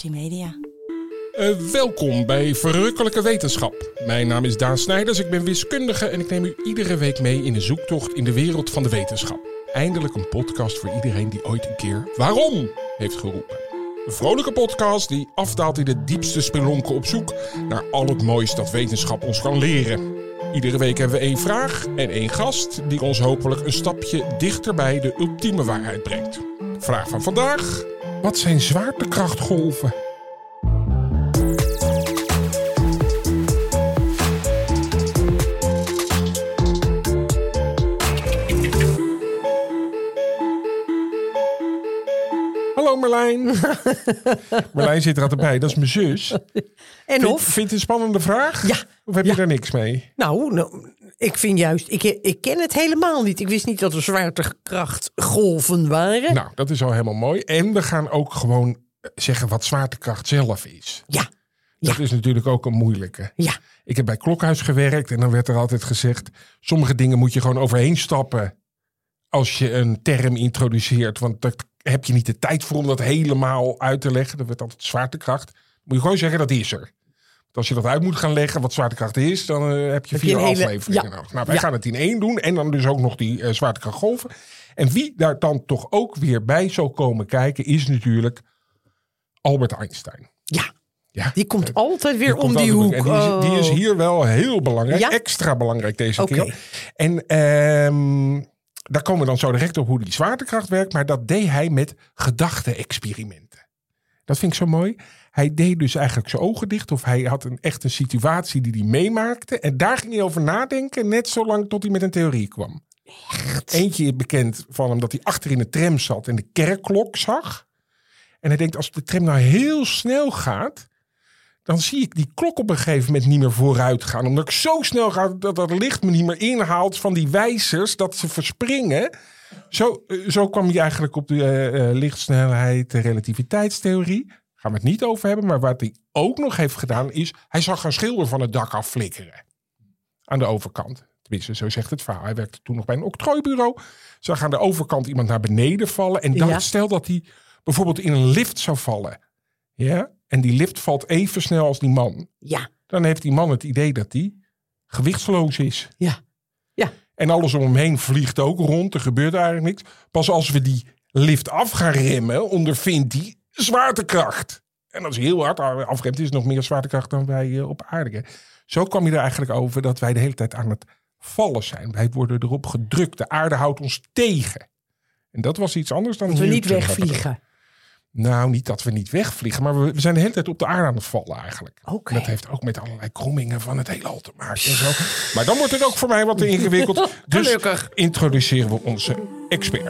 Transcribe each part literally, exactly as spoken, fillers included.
Media. Uh, welkom bij Verrukkelijke Wetenschap. Mijn naam is Daan Snijders, ik ben wiskundige en ik neem u iedere week mee in de zoektocht in de wereld van de wetenschap. Eindelijk een podcast voor iedereen die ooit een keer waarom heeft geroepen. Een vrolijke podcast die afdaalt in de diepste spelonken op zoek naar al het moois dat wetenschap ons kan leren. Iedere week hebben we één vraag en één gast die ons hopelijk een stapje dichter bij de ultieme waarheid brengt. Vraag van vandaag: wat zijn zwaartekrachtgolven? Hallo Marlijn. Marlijn zit er altijd bij, dat is mijn zus. En vind, of? Vind je het een spannende vraag? Ja. Of heb ja. je daar niks mee? Nou, nou, ik vind juist, ik, ik ken het helemaal niet. Ik wist niet dat er zwaartekrachtgolven waren. Nou, dat is al helemaal mooi. En we gaan ook gewoon zeggen wat zwaartekracht zelf is. Ja. Dat ja. is natuurlijk ook een moeilijke. Ja. Ik heb bij Klokhuis gewerkt en dan werd er altijd gezegd: sommige dingen moet je gewoon overheen stappen als je een term introduceert. Want daar heb je niet de tijd voor om dat helemaal uit te leggen. Dat werd altijd zwaartekracht. Moet je gewoon zeggen, dat is er. Want als je dat uit moet gaan leggen, wat zwaartekracht is, dan uh, heb je heb vier je hele, afleveringen ja. nodig. Nou, wij ja. gaan het in één doen en dan dus ook nog die uh, zwaartekrachtgolven. En wie daar dan toch ook weer bij zou komen kijken, is natuurlijk Albert Einstein. Ja. Ja, Die komt uh, altijd weer die om die hoek. En die, is, die is hier wel heel belangrijk. Ja? Extra belangrijk deze okay. keer. En um, daar komen we dan zo direct op hoe die zwaartekracht werkt. Maar dat deed hij met gedachte-experimenten. Dat vind ik zo mooi. Hij deed dus eigenlijk zijn ogen dicht. Of hij had een echte situatie die hij meemaakte. En daar ging hij over nadenken. Net zolang tot hij met een theorie kwam. Echt? Eentje bekend van hem dat hij achter in de tram zat en de kerkklok zag. En hij denkt, als de tram nou heel snel gaat, dan zie ik die klok op een gegeven moment niet meer vooruit gaan. Omdat ik zo snel ga dat dat licht me niet meer inhaalt van die wijzers, dat ze verspringen. Zo, zo kwam hij eigenlijk op de uh, uh, lichtsnelheid, de relativiteitstheorie. Daar gaan we het niet over hebben. Maar wat hij ook nog heeft gedaan is, hij zag een schilder van het dak afflikkeren. Aan de overkant. Tenminste, zo zegt het verhaal. Hij werkte toen nog bij een octrooibureau. Zag aan de overkant iemand naar beneden vallen. En dacht, ja. stel dat hij bijvoorbeeld in een lift zou vallen. Ja? En die lift valt even snel als die man. Ja. Dan heeft die man het idee dat die gewichtsloos is. Ja. Ja. En alles om hem heen vliegt ook rond. Er gebeurt eigenlijk niks. Pas als we die lift af gaan remmen, ondervindt hij zwaartekracht. En als hij heel hard afremt, is het nog meer zwaartekracht dan wij uh, op aarde. Zo kwam je er eigenlijk over dat wij de hele tijd aan het vallen zijn. Wij worden erop gedrukt. De aarde houdt ons tegen. En dat was iets anders dan... Dat we niet wegvliegen. Nou, niet dat we niet wegvliegen, maar we, we zijn de hele tijd op de aarde aan het vallen eigenlijk. Okay. Dat heeft ook met allerlei krommingen van het heelal te maken en zo. Maar dan wordt het ook voor mij wat te ingewikkeld. Dus Gelukkig. Introduceren we onze expert.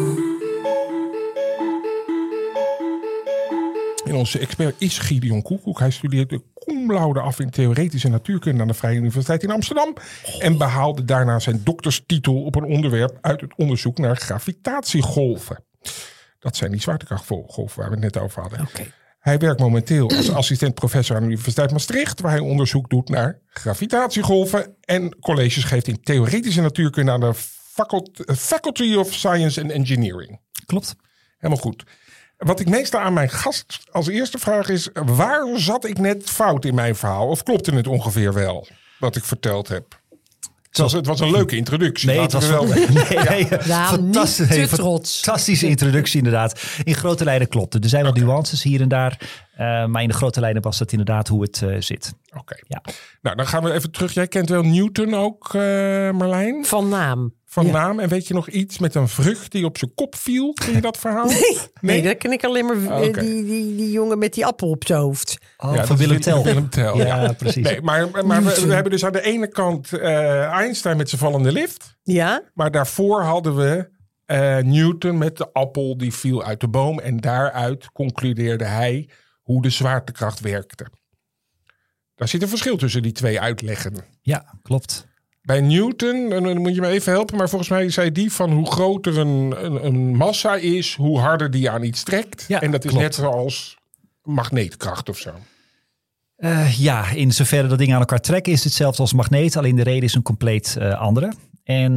En onze expert is Gideon Koekoek. Hij studeerde cum laude af in theoretische natuurkunde aan de Vrije Universiteit in Amsterdam. En behaalde daarna zijn dokterstitel op een onderwerp uit het onderzoek naar gravitatiegolven. Dat zijn die zwaartekrachtgolven waar we het net over hadden. Okay. Hij werkt momenteel als assistent professor aan de Universiteit Maastricht, waar hij onderzoek doet naar gravitatiegolven en colleges geeft in theoretische natuurkunde aan de Faculty of Science and Engineering. Klopt. Helemaal goed. Wat ik meestal aan mijn gast als eerste vraag is, waar zat ik net fout in mijn verhaal? Of klopte het ongeveer wel wat ik verteld heb? Het was, het was een leuke introductie. Nee, het was wel. Nee, nee, ja, fantastisch, niet te trots. Fantastische introductie inderdaad. In grote lijnen klopt het. Er zijn wel okay. nuances hier en daar. Uh, maar in de grote lijnen was dat inderdaad hoe het uh, zit. Oké. Okay. Ja. Nou, dan gaan we even terug. Jij kent wel Newton ook, uh, Marlijn? Van naam. Van ja. naam. En weet je nog iets met een vrucht die op zijn kop viel? Ken je dat verhaal? Nee, nee? nee dat ken ik alleen maar. Ah, okay. die, die, die jongen met die appel op zijn hoofd. Oh, ja, van Willem Tell. Willem Tell, ja. ja, precies. Nee, maar maar we, we hebben dus aan de ene kant uh, Einstein met zijn vallende lift. Ja. Maar daarvoor hadden we uh, Newton met de appel die viel uit de boom. En daaruit concludeerde hij hoe de zwaartekracht werkte. Daar zit een verschil tussen die twee uitleggen. Ja, klopt. Bij Newton, dan moet je me even helpen, maar volgens mij zei die van hoe groter een, een, een massa is, hoe harder die aan iets trekt. Ja, en dat is klopt. net zoals magneetkracht of zo. Uh, ja, in zoverre dat dingen aan elkaar trekken is het hetzelfde als magneet. Alleen de reden is een compleet uh, andere. En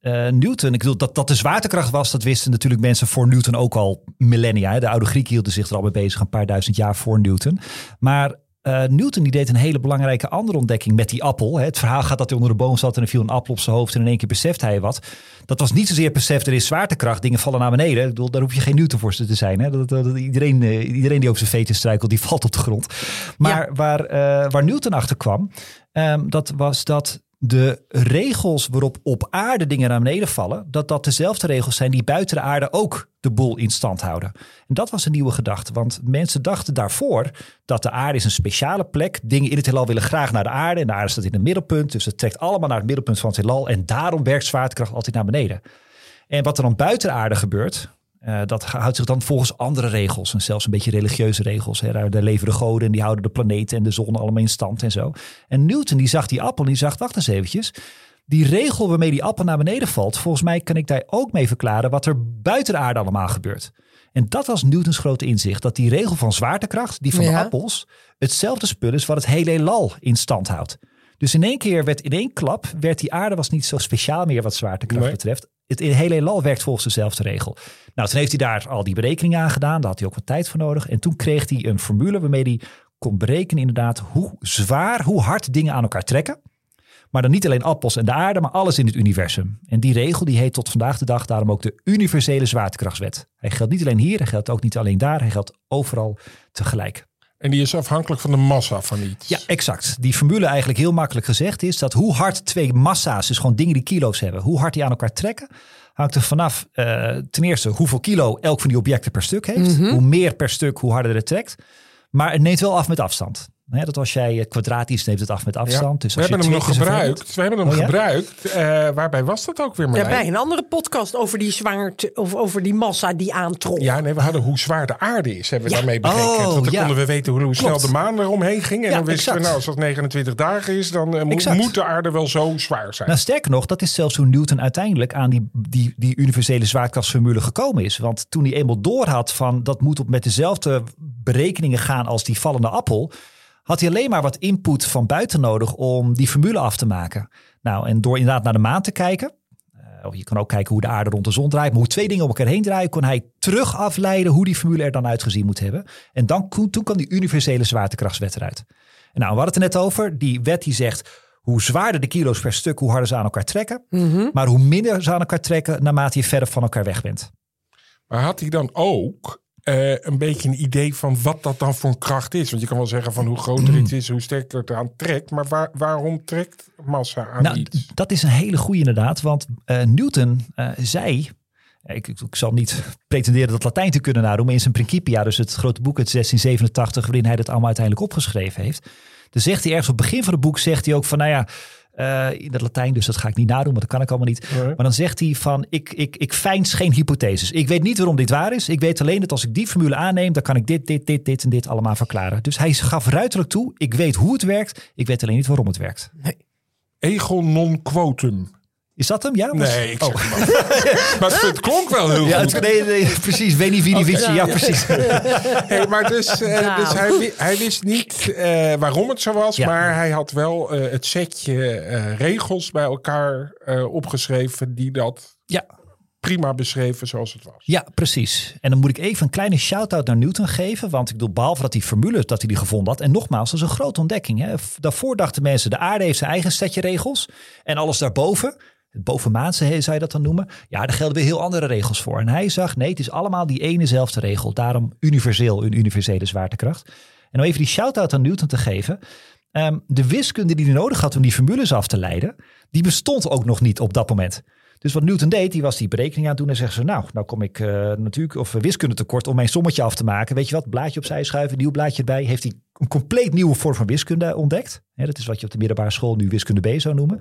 uh, Newton, ik bedoel, dat, dat de zwaartekracht was, dat wisten natuurlijk mensen voor Newton ook al millennia. Hè? De oude Grieken hielden zich er al mee bezig, een paar duizend jaar voor Newton. Maar uh, Newton die deed een hele belangrijke andere ontdekking met die appel. Hè? Het verhaal gaat dat hij onder de boom zat en er viel een appel op zijn hoofd en in één keer beseft hij wat. Dat was niet zozeer beseft, er is zwaartekracht, dingen vallen naar beneden. Ik bedoel, daar hoef je geen Newton voor te zijn. Hè? Dat, dat, dat, iedereen, uh, iedereen die op zijn veten struikelt, die valt op de grond. Maar ja. waar, uh, waar Newton achter kwam, um, dat was dat de regels waarop op aarde dingen naar beneden vallen, dat dat dezelfde regels zijn die buiten de aarde ook de boel in stand houden. En dat was een nieuwe gedachte, want mensen dachten daarvoor dat de aarde is een speciale plek. Dingen in het heelal willen graag naar de aarde en de aarde staat in het middelpunt, dus het trekt allemaal naar het middelpunt van het heelal en daarom werkt zwaartekracht altijd naar beneden. En wat er dan buiten de aarde gebeurt, Uh, dat houdt zich dan volgens andere regels. En zelfs een beetje religieuze regels. Hè. Daar leven de goden en die houden de planeten en de zon allemaal in stand en zo. En Newton die zag die appel en die zag, wacht eens eventjes. Die regel waarmee die appel naar beneden valt, volgens mij kan ik daar ook mee verklaren wat er buiten de aarde allemaal gebeurt. En dat was Newtons grote inzicht. Dat die regel van zwaartekracht, die van ja. de appels, hetzelfde spul is wat het hele heelal in stand houdt. Dus in één keer werd in één klap, werd die aarde was niet zo speciaal meer wat zwaartekracht nee. betreft. Het hele heelal werkt volgens dezelfde regel. Nou, toen heeft hij daar al die berekeningen aan gedaan. Daar had hij ook wat tijd voor nodig. En toen kreeg hij een formule waarmee hij kon berekenen inderdaad hoe zwaar, hoe hard dingen aan elkaar trekken. Maar dan niet alleen appels en de aarde, maar alles in het universum. En die regel die heet tot vandaag de dag daarom ook de universele zwaartekrachtswet. Hij geldt niet alleen hier, hij geldt ook niet alleen daar. Hij geldt overal tegelijk. En die is afhankelijk van de massa van iets. Ja, exact. Die formule eigenlijk heel makkelijk gezegd is dat hoe hard twee massa's, dus gewoon dingen die kilo's hebben, hoe hard die aan elkaar trekken, hangt er vanaf uh, ten eerste hoeveel kilo elk van die objecten per stuk heeft. Mm-hmm. Hoe meer per stuk, hoe harder het trekt. Maar het neemt wel af met afstand. He, dat als jij kwadratisch neemt het af met afstand. Ja, dus als we, hebben je hem nog gebruikt. we hebben hem oh, ja? gebruikt. Uh, waarbij was dat ook weer, Marlijn? Ja, bij een andere podcast over die zwaarte of over die massa die aantrok. Ja, nee, we hadden hoe zwaar de aarde is. Hebben we ja. daarmee berekend. Oh, Want dan ja. konden we weten hoe, hoe snel de maan eromheen ging. En ja, dan wisten exact. we, nou, als dat negenentwintig dagen is, dan uh, mo- moet de aarde wel zo zwaar zijn. Nou, sterker nog, dat is zelfs hoe Newton uiteindelijk aan die, die, die universele zwaartekrachtsformule gekomen is. Want toen hij eenmaal doorhad van dat moet op met dezelfde berekeningen gaan als die vallende appel, had hij alleen maar wat input van buiten nodig om die formule af te maken. Nou, en door inderdaad naar de maan te kijken, uh, of je kan ook kijken hoe de aarde rond de zon draait, maar hoe twee dingen op elkaar heen draaien, kon hij terug afleiden hoe die formule er dan uitgezien moet hebben. En dan, toen kwam die universele zwaartekrachtswet eruit. En nou, we hadden het er net over, die wet die zegt hoe zwaarder de kilo's per stuk, hoe harder ze aan elkaar trekken. Mm-hmm. Maar hoe minder ze aan elkaar trekken, naarmate je verder van elkaar weg bent. Maar had hij dan ook Uh, een beetje een idee van wat dat dan voor een kracht is? Want je kan wel zeggen van hoe groter iets is, hoe sterker het eraan trekt. Maar waar, waarom trekt massa aan nou, iets? Dat is een hele goede inderdaad. Want uh, Newton uh, zei, ik, ik, ik zal niet pretenderen dat Latijn te kunnen nadoen, maar in zijn Principia, dus het grote boek uit zestien zevenentachtig, waarin hij dat allemaal uiteindelijk opgeschreven heeft. Dan zegt hij ergens op het begin van het boek, zegt hij ook van, nou ja, Uh, in het Latijn, dus dat ga ik niet nadoen, want dat kan ik allemaal niet. Nee. Maar dan zegt hij van, ik, ik, ik feins geen hypotheses. Ik weet niet waarom dit waar is. Ik weet alleen dat als ik die formule aanneem, dan kan ik dit, dit, dit, dit en dit allemaal verklaren. Dus hij gaf ruiterlijk toe, ik weet hoe het werkt. Ik weet alleen niet waarom het werkt. Nee. Ego non quotum. Is dat hem? Ja? Nee, ik zeg oh. maar. Maar het klonk wel heel ja, goed. Het, nee, nee, precies. Veni, vidi, vici. Okay. Ja, ja, precies. Hey, maar dus, uh, nou. dus hij, hij wist niet uh, waarom het zo was. Ja. Maar hij had wel uh, het setje uh, regels bij elkaar uh, opgeschreven die dat ja. prima beschreven zoals het was. Ja, precies. En dan moet ik even een kleine shout-out naar Newton geven. Want ik bedoel, behalve dat die formule dat hij die gevonden had. En nogmaals, dat is een grote ontdekking. Hè. Daarvoor dachten mensen, de aarde heeft zijn eigen setje regels. En alles daarboven, het bovenmaanse zou je dat dan noemen. Ja, daar gelden weer heel andere regels voor. En hij zag, nee, het is allemaal die enezelfde regel. Daarom universeel, een universele zwaartekracht. En om even die shout-out aan Newton te geven. Um, de wiskunde die hij nodig had om die formules af te leiden, die bestond ook nog niet op dat moment. Dus wat Newton deed, die was die berekening aan het doen en zegt ze, nou, nou kom ik uh, natuurlijk of wiskunde tekort om mijn sommetje af te maken. Weet je wat, blaadje opzij schuiven, nieuw blaadje erbij. Heeft hij een compleet nieuwe vorm van wiskunde ontdekt. Ja, dat is wat je op de middelbare school nu wiskunde B zou noemen.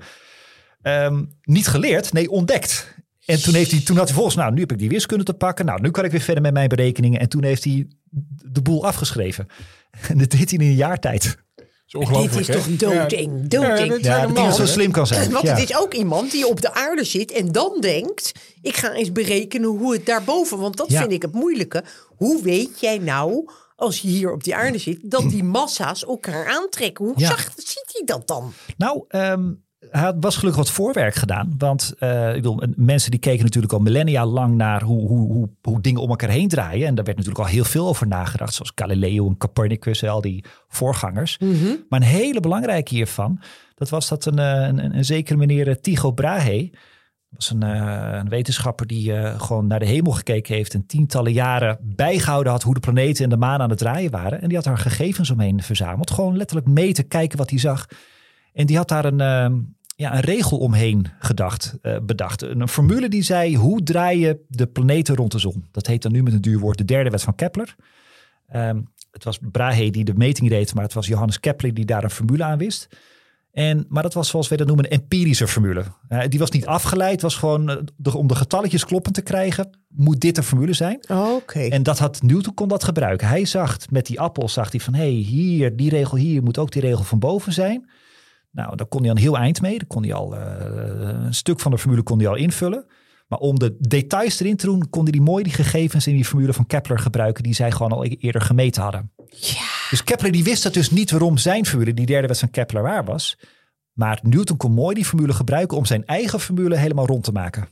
Um, niet geleerd, nee, ontdekt. En toen, heeft hij, toen had hij volgens, nou, nu heb ik die wiskunde te pakken. Nou, nu kan ik weer verder met mijn berekeningen. En toen heeft hij de boel afgeschreven. En dat deed hij in een jaar tijd. Dit is toch doodeng, doodeng. Ja, ja, dat iemand zo slim kan zijn. Want ja. het is ook iemand die op de aarde zit en dan denkt, ik ga eens berekenen hoe het daarboven, want dat ja. vind ik het moeilijke. Hoe weet jij nou, als je hier op die aarde zit, dat die massa's elkaar aantrekken? Hoe ja. zacht ziet hij dat dan? Nou, um, Hij was gelukkig wat voorwerk gedaan. Want uh, ik bedoel, mensen die keken natuurlijk al millennia lang naar hoe, hoe, hoe, hoe dingen om elkaar heen draaien. En daar werd natuurlijk al heel veel over nagedacht. Zoals Galileo en Copernicus en al die voorgangers. Mm-hmm. Maar een hele belangrijke hiervan, dat was dat een, een, een zekere meneer Tycho Brahe, was een, uh, een wetenschapper die uh, gewoon naar de hemel gekeken heeft en tientallen jaren bijgehouden had hoe de planeten en de maan aan het draaien waren. En die had daar gegevens omheen verzameld. Gewoon letterlijk meten, kijken wat hij zag. En die had daar een, uh, ja, een regel omheen gedacht, uh, bedacht. Een, een formule die zei, hoe draaien de planeten rond de zon? Dat heet dan nu met een duur woord de derde wet van Kepler. Um, het was Brahe die de meting deed, maar het was Johannes Kepler die daar een formule aan wist. En, maar dat was, zoals we dat noemen, een empirische formule. Uh, die was niet afgeleid, was gewoon uh, de, om de getalletjes kloppend te krijgen, moet dit een formule zijn. Oh, okay. En dat had Newton kon dat gebruiken. Hij zag met die appel, zag hij van, hé, hey, hier, die regel hier moet ook die regel van boven zijn. Nou, daar kon hij al een heel eind mee. Daar kon hij al uh, een stuk van de formule kon hij al invullen. Maar om de details erin te doen, kon hij die mooi die gegevens in die formule van Kepler gebruiken, die zij gewoon al eerder gemeten hadden. Ja. Dus Kepler die wist dat dus niet waarom zijn formule, die derde wet van Kepler, waar was. Maar Newton kon mooi die formule gebruiken om zijn eigen formule helemaal rond te maken.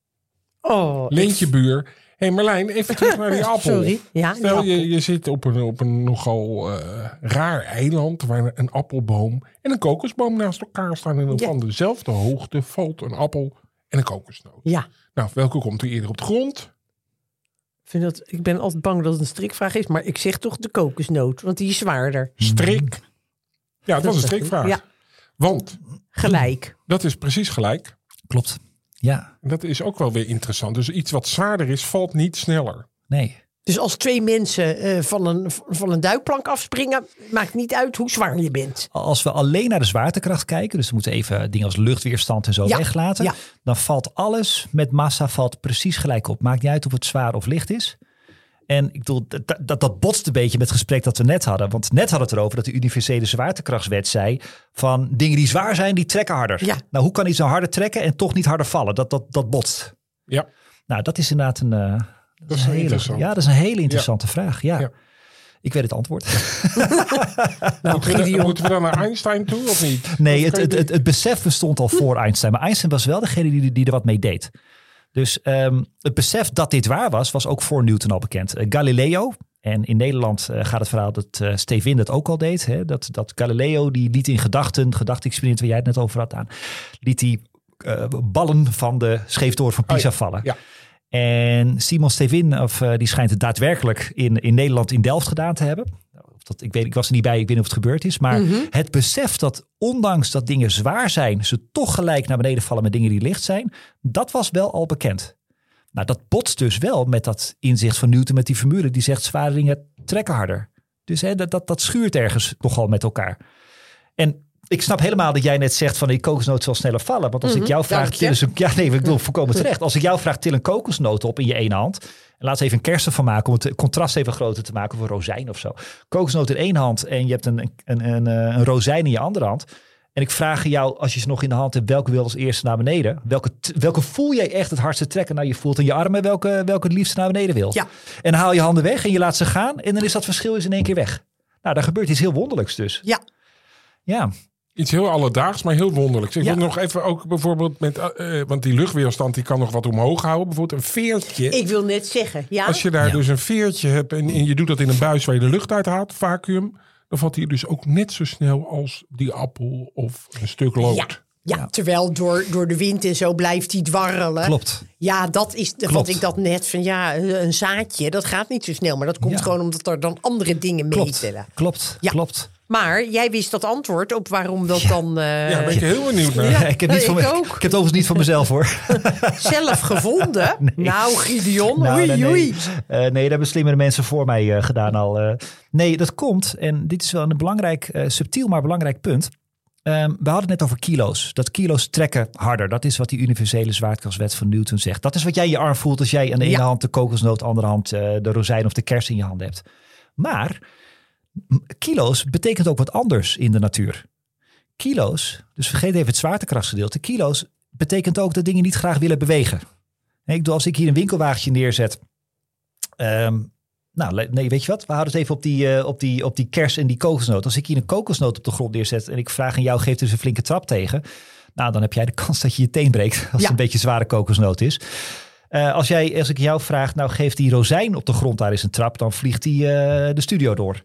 Oh, Leentje buur. Hé hey Marlijn, even terug naar die appel. Sorry. Ja, Stel appel. je, je zit op een, op een nogal uh, raar eiland waar een appelboom en een kokosboom naast elkaar staan. En Ja. van dezelfde hoogte valt een appel en een kokosnoot. Ja. Nou, welke komt er eerder op de grond? Ik, vind dat, ik ben altijd bang dat het een strikvraag is, maar ik zeg toch de kokosnoot, want die is zwaarder. Strik. Ja, het was een Dat- strikvraag. Ja, Want gelijk. dat is precies gelijk. Klopt. Ja, En dat is ook wel weer interessant. Dus iets wat zwaarder is, valt niet sneller. nee. Dus als twee mensen eh, van, een, van een duikplank afspringen, maakt niet uit hoe zwaar je bent. Als we alleen naar de zwaartekracht kijken, dus we moeten even dingen als luchtweerstand en zo Ja, weglaten, ja. dan valt alles met massa valt precies gelijk op. Maakt niet uit of het zwaar of licht is. En ik bedoel, dat, dat, dat botst een beetje met het gesprek dat we net hadden. Want net hadden we het erover dat de universele zwaartekrachtswet zei van dingen die zwaar zijn, die trekken harder. Ja. Nou, hoe kan iets nou harder trekken en toch niet harder vallen? Dat, dat, dat botst. Ja, Nou, dat is inderdaad een, uh, dat is een wel hele, interessant. ja, dat is een hele interessante vraag. Ja. Ja. Ik weet het antwoord. Nou, Moeten we, dan, Gideon. moeten we dan naar Einstein toe of niet? Nee, Of het, kan je het, het, het besef bestond al voor Einstein. Maar Einstein was wel degene die, die er wat mee deed. Dus um, het besef dat dit waar was, was ook voor Newton al bekend. Uh, Galileo, en in Nederland uh, gaat het verhaal dat uh, Stevin dat ook al deed. Hè? Dat, dat Galileo, die liet in gedachten, gedachte-experiment waar jij het net over had aan, liet die uh, ballen van de scheeftoren van Pisa Oh ja, vallen. ja. En Simon Stevin, of, uh, die schijnt het daadwerkelijk in, in Nederland in Delft gedaan te hebben. Of dat, ik, weet, ik was er niet bij, ik weet niet of het gebeurd is. Maar Mm-hmm. het besef dat ondanks dat dingen zwaar zijn, ze toch gelijk naar beneden vallen met dingen die licht zijn, dat was wel al bekend. Nou, dat botst dus wel met dat inzicht van Newton met die formule die zegt zware dingen trekken harder. Dus hè, dat, dat, dat schuurt ergens nogal met elkaar. En ik snap helemaal dat jij net zegt van die kokosnoot zal sneller vallen. Want als Mhm, ik jou vraag, dank je. til eens een, ja nee, ik bedoel voorkomen terecht. Als ik jou vraag, til een kokosnoot op in je ene hand. En laat ze even een kersen van maken om het contrast even groter te maken. Of een rozijn of zo. Kokosnoot in één hand en je hebt een, een, een, een, een rozijn in je andere hand. En ik vraag jou, als je ze nog in de hand hebt, welke wil als eerste naar beneden? Welke, welke voel jij echt het hardste trekken? Nou, je voelt in je armen welke, welke het liefst naar beneden wil. Ja. En dan haal je handen weg en je laat ze gaan. En dan is dat verschil is in één keer weg. Nou, daar gebeurt iets heel wonderlijks dus. Ja. Ja, Iets heel alledaags, maar heel wonderlijks. Ik Ja. wil nog even ook bijvoorbeeld met, uh, want die luchtweerstand die kan nog wat omhoog houden. Bijvoorbeeld een veertje. Ik wil net zeggen, ja. Als je daar Ja. dus een veertje hebt en, en je doet dat in een buis waar je de lucht uit haalt, vacuüm, dan valt hij dus ook net zo snel als die appel of een stuk lood. Ja. Ja, terwijl door, door de wind en zo blijft hij dwarrelen. klopt. Ja, dat is Klopt. wat ik dat net van ja, een zaadje, dat gaat niet zo snel. Maar dat komt Ja. gewoon omdat er dan andere dingen Klopt, meetellen. klopt, Ja. klopt. Maar jij wist dat antwoord op waarom dat dan uh, Ja, ben ik heel benieuwd naar. Ja. ik, heb niet ik van me, ook. ik heb het overigens niet van mezelf hoor. zelf gevonden. Nou, Gideon, Nou, oei, nee, nee. oei. Uh, nee, dat hebben slimmere mensen voor mij uh, gedaan al. Uh, nee, dat komt. En dit is wel een belangrijk, uh, subtiel maar belangrijk punt. Um, we hadden het net over kilo's. Dat kilo's trekken harder. Dat is wat die universele zwaartekrachtswet van Newton zegt. Dat is wat jij in je arm voelt als jij aan de ene Ja. hand de kokosnoot, andere hand uh, de rozijn of de kers in je hand hebt. Maar kilo's betekent ook wat anders in de natuur. Kilo's, dus vergeet even het zwaartekrachtsgedeelte. Kilo's betekent ook dat dingen niet graag willen bewegen. Nee, ik bedoel, als ik hier een winkelwagentje neerzet. Um, nou, nee, weet je wat? We houden het even op die, uh, op, die, op die kers en die kokosnoot. Als ik hier een kokosnoot op de grond neerzet en ik vraag aan jou, geef er eens een flinke trap tegen. Nou, dan heb jij de kans dat je je teen breekt. Als ja. het een beetje zware kokosnoot is. Uh, als, jij, als ik jou vraag, nou geef die rozijn op de grond daar eens een trap. Dan vliegt die uh, de studio door.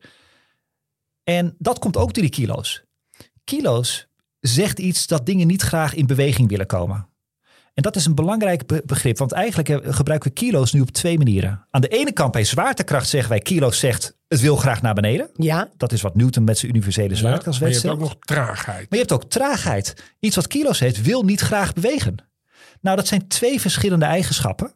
En dat komt ook door die kilo's. Kilo's zegt iets dat dingen niet graag in beweging willen komen. En dat is een belangrijk be- begrip. Want eigenlijk gebruiken we kilo's nu op twee manieren. Aan de ene kant bij zwaartekracht zeggen wij... kilo's zegt het wil graag naar beneden. Ja. Dat is wat Newton met zijn universele zwaartekrachtswet stelt. Maar je hebt ook nog traagheid. Maar je hebt ook traagheid. Iets wat kilo's heeft wil niet graag bewegen. Nou, dat zijn twee verschillende eigenschappen.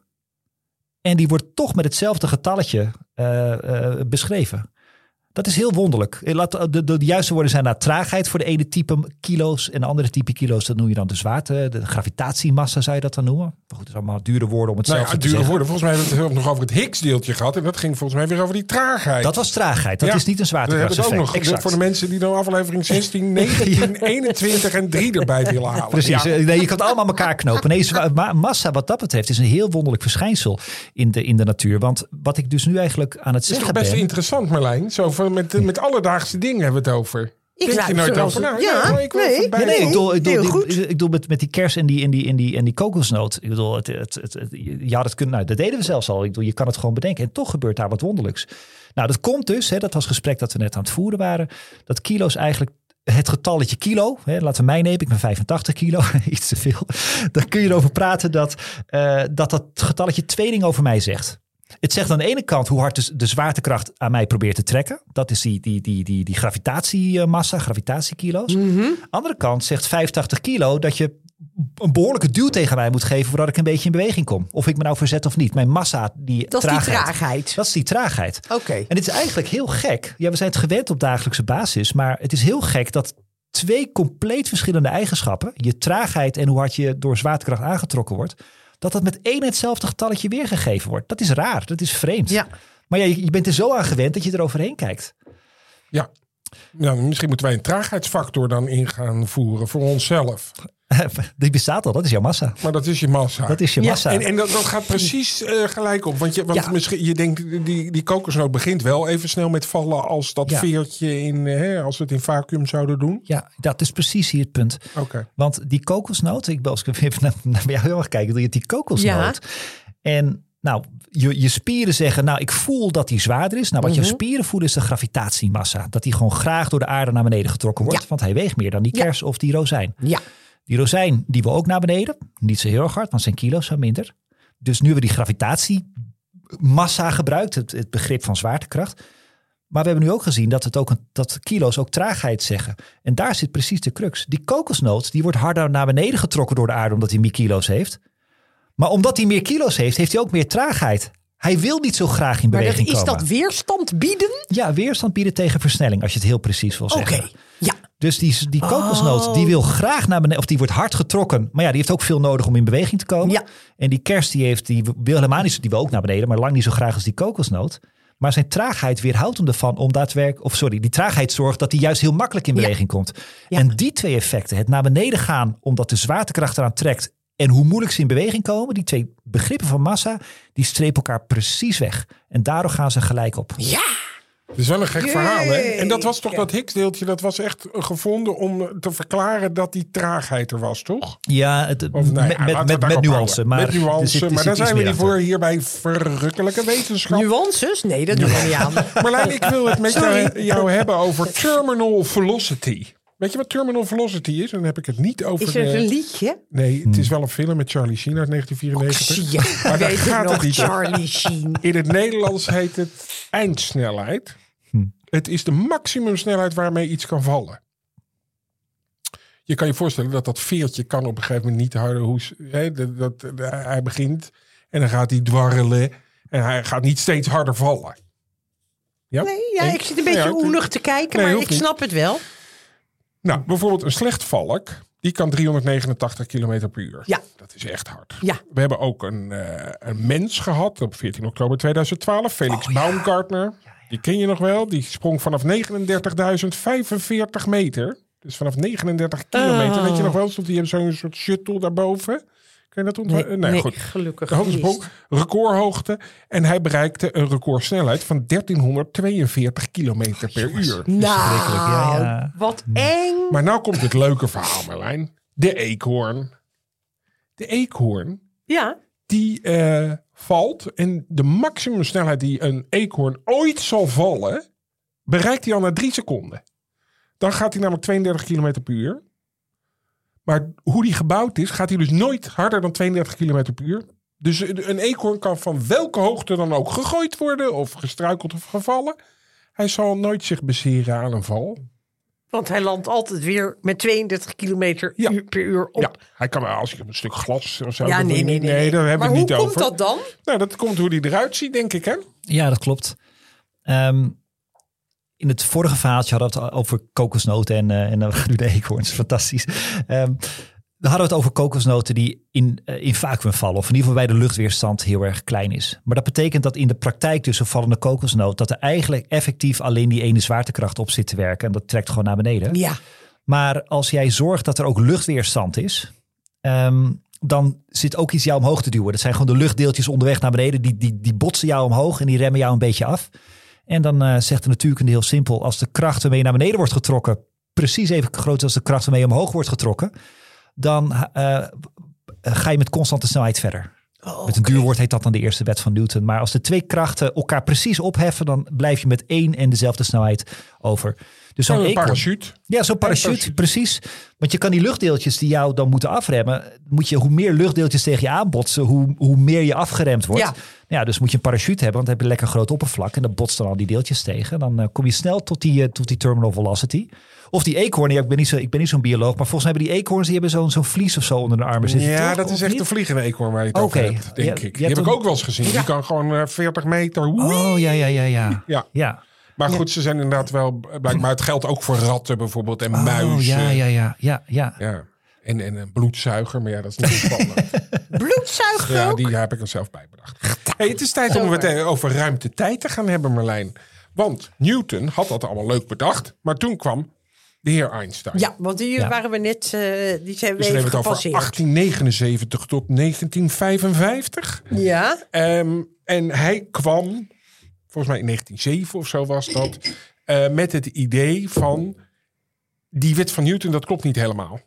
En die wordt toch met hetzelfde getalletje uh, uh, beschreven. Dat is heel wonderlijk. Laat, de, de, de juiste woorden zijn naar traagheid voor de ene type kilo's. En de andere type kilo's, dat noem je dan de zwaarte. De gravitatiemassa zou je dat dan noemen. Maar goed, het is allemaal dure woorden om het nou zelf ja, te dure zeggen. woorden. Volgens mij hebben we het nog over het Higgs-deeltje gehad. En dat ging volgens mij weer over die traagheid. Dat was traagheid. Dat ja, is niet een zwaartekrachtseffect. Dat hebben we ook nog. Voor de mensen die nou aflevering zestien, negentien, ja. eenentwintig en drie erbij willen halen. Precies. Ja. Nee, je kan het allemaal elkaar knopen. Nee, zwa- ma- massa wat dat betreft is een heel wonderlijk verschijnsel in de, in de natuur. Want wat ik dus nu eigenlijk aan het zeggen ben... Het is toch best ben, interessant, Marlijn. Zo van met, met alledaagse dingen hebben we het over. Ik Denk je nooit over na? Ja, ja, ik wil nee, even bij. nee, ik bedoel, ik bedoel, heel die, goed. ik bedoel met, met die kers en die, en die, en die, en die kokosnoot. Ik bedoel, het, het, het, het, ja, dat, kun, nou, dat deden we zelfs al. Ik bedoel, je kan het gewoon bedenken. En toch gebeurt daar wat wonderlijks. Nou, dat komt dus, hè, dat was het gesprek dat we net aan het voeren waren. Dat kilo's eigenlijk het getalletje kilo, hè, laten we mij nemen, ik ben vijfentachtig kilo, iets te veel. Dan kun je erover praten dat, uh, dat dat getalletje twee dingen over mij zegt. Het zegt aan de ene kant hoe hard de, de zwaartekracht aan mij probeert te trekken. Dat is die, die, die, die, die gravitatiemassa, gravitatiekilo's. Mm-hmm. Aan de andere kant zegt vijfentachtig kilo dat je een behoorlijke duw tegen mij moet geven voordat ik een beetje in beweging kom. Of ik me nou verzet of niet. Mijn massa, die dat traagheid. is die traagheid. Dat is die traagheid. Oké. Okay. En dit is eigenlijk heel gek. Ja, we zijn het gewend op dagelijkse basis. Maar het is heel gek dat twee compleet verschillende eigenschappen, je traagheid en hoe hard je door zwaartekracht aangetrokken wordt, dat dat met één en hetzelfde getalletje weergegeven wordt. Dat is raar, dat is vreemd. Ja. Maar ja, je, je bent er zo aan gewend dat je er overheen kijkt. Ja, nou, misschien moeten wij een traagheidsfactor dan in gaan voeren voor onszelf. Die bestaat al, dat is jouw massa. Maar dat is je massa. Dat is je massa. Ja, en, en dat, dat gaat precies uh, gelijk op. Want, je, want ja. misschien, je denkt, die, die kokosnoot begint wel even snel met vallen als dat ja. veertje in, hè, als we het in vacuüm zouden doen. Ja, dat is precies hier het punt. Okay. Want die kokosnoot, ik wil even naar, naar jou heel erg kijken, doe je die kokosnoot. Ja. En nou, je, je spieren zeggen, nou, ik voel dat die zwaarder is. Nou, wat mm-hmm. je spieren voelen is de gravitatiemassa. Dat die gewoon graag door de aarde naar beneden getrokken wordt. Ja. Want hij weegt meer dan die kers ja. of die rozijn. Ja. Die rozijn, die wil ook naar beneden. Niet zo heel erg hard, want zijn kilo's zijn minder. Dus nu hebben we die gravitatiemassa gebruikt. Het, het begrip van zwaartekracht. Maar we hebben nu ook gezien dat, het ook een, dat kilo's ook traagheid zeggen. En daar zit precies de crux. Die kokosnoot, die wordt harder naar beneden getrokken door de aarde omdat hij meer kilo's heeft. Maar omdat hij meer kilo's heeft, heeft hij ook meer traagheid. Hij wil niet zo graag in beweging komen. Maar is dat weerstand bieden? Ja, weerstand bieden tegen versnelling, als je het heel precies wil zeggen. Oké, okay. ja. Dus die, die kokosnoot, oh. die wil graag naar beneden, of die wordt hard getrokken. Maar ja, die heeft ook veel nodig om in beweging te komen. Ja. En die kers, die, heeft, die wil helemaal niet, die wil ook naar beneden, maar lang niet zo graag als die kokosnoot. Maar zijn traagheid weerhoudt hem ervan om daadwerkelijk, of sorry, die traagheid zorgt dat hij juist heel makkelijk in beweging ja. komt. Ja. En die twee effecten, het naar beneden gaan omdat de zwaartekracht eraan trekt en hoe moeilijk ze in beweging komen, die twee begrippen van massa, die strepen elkaar precies weg. En daardoor gaan ze gelijk op. Ja! Het is wel een gek Jee. verhaal, hè? En dat was toch dat Higgs-deeltje, dat was echt gevonden om te verklaren dat die traagheid er was, toch? Ja, het, of, nou ja met, met, met, met nuance. Maar, met nuance, er zit, er maar daar zijn we niet achter. voor hier bij verrukkelijke wetenschap. Nuances? Nee, dat doen we niet aan. Marlijn, ik wil het met jou, jou hebben over terminal velocity. Weet je wat terminal velocity is? En dan heb ik het niet over... Is het de... een liedje? Nee, het is wel een film met Charlie Sheen uit negentien vierennegentig. Oh, zie je. Maar daar gaat nog, het niet. Charlie Sheen. In het Nederlands heet het eindsnelheid. Hm. Het is de maximumsnelheid waarmee iets kan vallen. Je kan je voorstellen dat dat veertje kan op een gegeven moment niet harder hoes. Hè, dat, dat, dat, hij begint en dan gaat hij dwarrelen en hij gaat niet steeds harder vallen. Ja? Nee, ja, ik zit een beetje ja, oenig te kijken, nee, maar ik snap het wel. Nou, bijvoorbeeld een slechtvalk, die kan driehonderdnegenentachtig kilometer per uur. Ja. Dat is echt hard. Ja. We hebben ook een, uh, een mens gehad op veertien oktober tweeduizend twaalf. Felix oh, Baumgartner. Ja. Ja, ja. Die ken je nog wel. Die sprong vanaf negenendertigduizend vijfenveertig meter. Dus vanaf negenendertig kilometer. Oh. Weet je nog wel? Stond hij zo'n soort shuttle daarboven. Kun je dat onthouden? Nee, nee, nee, goed. Gelukkig niet. Recordhoogte. En hij bereikte een recordsnelheid van dertienhonderdtweeënveertig kilometer per uur. Nou, ja, ja. Wat eng. Maar nou komt het leuke verhaal, Marlijn. De eekhoorn. De eekhoorn, Ja. die uh, valt. En de maximumsnelheid die een eekhoorn ooit zal vallen, bereikt hij al na drie seconden. Dan gaat hij namelijk tweeëndertig kilometer per uur. Maar hoe die gebouwd is, gaat hij dus nooit harder dan tweeëndertig kilometer per uur. Dus een eekhoorn kan van welke hoogte dan ook gegooid worden, of gestruikeld of gevallen. Hij zal nooit zich beseren aan een val. Want hij landt altijd weer met tweeëndertig kilometer Ja. uur per uur op. Ja, hij kan als je een stuk glas of zo. Ja, dat nee, moet je nee, niet- nee, nee. daar hebben Maar we het hoe niet komt over. dat dan? Nou, dat komt hoe hij eruit ziet, denk ik, hè? Ja, dat klopt. Um, in het vorige verhaaltje hadden we het over kokosnoten en, uh, en uh, nu de eekhoorns. Fantastisch. Um, dan hadden we het over kokosnoten die in, uh, in vacuüm vallen. Of in ieder geval bij de luchtweerstand heel erg klein is. Maar dat betekent dat in de praktijk dus een vallende kokosnoot, dat er eigenlijk effectief alleen die ene zwaartekracht op zit te werken. En dat trekt gewoon naar beneden. Ja. Maar als jij zorgt dat er ook luchtweerstand is, um, dan zit ook iets jou omhoog te duwen. Dat zijn gewoon de luchtdeeltjes onderweg naar beneden. Die, die, die botsen jou omhoog en die remmen jou een beetje af. En dan uh, zegt de natuurkunde heel simpel. Als de kracht waarmee je naar beneden wordt getrokken precies even groot is als de kracht waarmee je omhoog wordt getrokken, dan uh, ga je met constante snelheid verder. Oh, Met een duur woord heet dat dan de eerste wet van Newton. Maar als de twee krachten elkaar precies opheffen, dan blijf je met één en dezelfde snelheid over. Dus zo'n Een eekhoorn- parachute. Ja, zo'n parachute, parachute. precies. Want je kan die luchtdeeltjes die jou dan moeten afremmen, moet je hoe meer luchtdeeltjes tegen je aanbotsen, hoe, hoe meer je afgeremd wordt. Ja. Ja, dus moet je een parachute hebben, want dan heb je een lekker groot oppervlak en dan botst dan al die deeltjes tegen. Dan uh, kom je snel tot die, uh, tot die terminal velocity. Of die eekhoorn, ja, ik ben niet, zo, ik ben niet zo'n bioloog, maar volgens mij hebben die eekhoorns die hebben zo'n zo'n vlies of zo onder de armen zitten. Ja, toch? dat is Of echt niet? een vliegende eekhoorn waar je het Oké. over hebt, denk Ja, ik. je Die hebt heb ik een- ook wel eens gezien. Die kan gewoon uh, veertig meter. Oh, ja, ja, ja, ja. Ja. ja. Maar goed, ze zijn inderdaad wel blijkbaar. Het geldt ook voor ratten bijvoorbeeld en Oh, muizen. ja, ja, ja, ja, ja. Ja. En, en een bloedzuiger, maar ja, dat is niet spannend. Bloedzuiger Ja, ook? die heb ik er zelf bij bedacht. Hey, het is tijd om het uh, over ruimtetijd te gaan hebben, Marlijn. Want Newton had dat allemaal leuk bedacht. Maar toen kwam de heer Einstein. Ja, want die Ja. waren we net, uh, die zijn we Dus dan even hebben we het over gepasseerd. achttien negenenzeventig tot negentien vijfenvijftig. Ja, Um, en hij kwam, volgens mij in negentien zeven of zo was dat, uh, met het idee van die wet van Newton, dat klopt niet helemaal.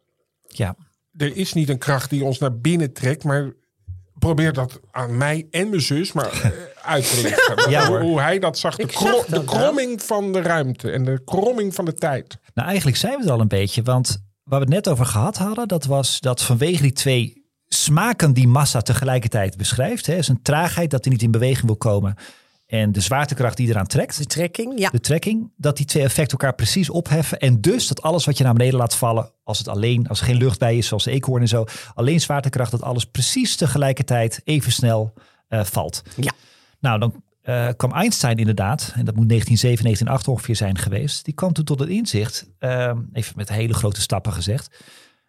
Ja. Er is niet een kracht die ons naar binnen trekt, maar probeer dat aan mij en mijn zus maar uh, uit te leggen. Ja, hoe, hoor. hoe hij dat zag, de, Ik kro- zag de dat wel. kromming van de ruimte en de kromming van de tijd. Nou, eigenlijk zijn we er al een beetje, want waar we het net over gehad hadden, dat was dat vanwege die twee smaken die massa tegelijkertijd beschrijft, hè, is een traagheid dat hij niet in beweging wil komen en de zwaartekracht die eraan trekt, de trekking, ja. de trekking, dat die twee effecten elkaar precies opheffen en dus dat alles wat je naar beneden laat vallen, als het alleen, als er geen lucht bij is, zoals de eekhoorn en zo, alleen zwaartekracht, dat alles precies tegelijkertijd even snel uh, valt. Ja. Nou, dan uh, kwam Einstein inderdaad, en dat moet negentien zeven, negentien acht ongeveer zijn geweest, die kwam toen tot het inzicht, uh, even met hele grote stappen gezegd,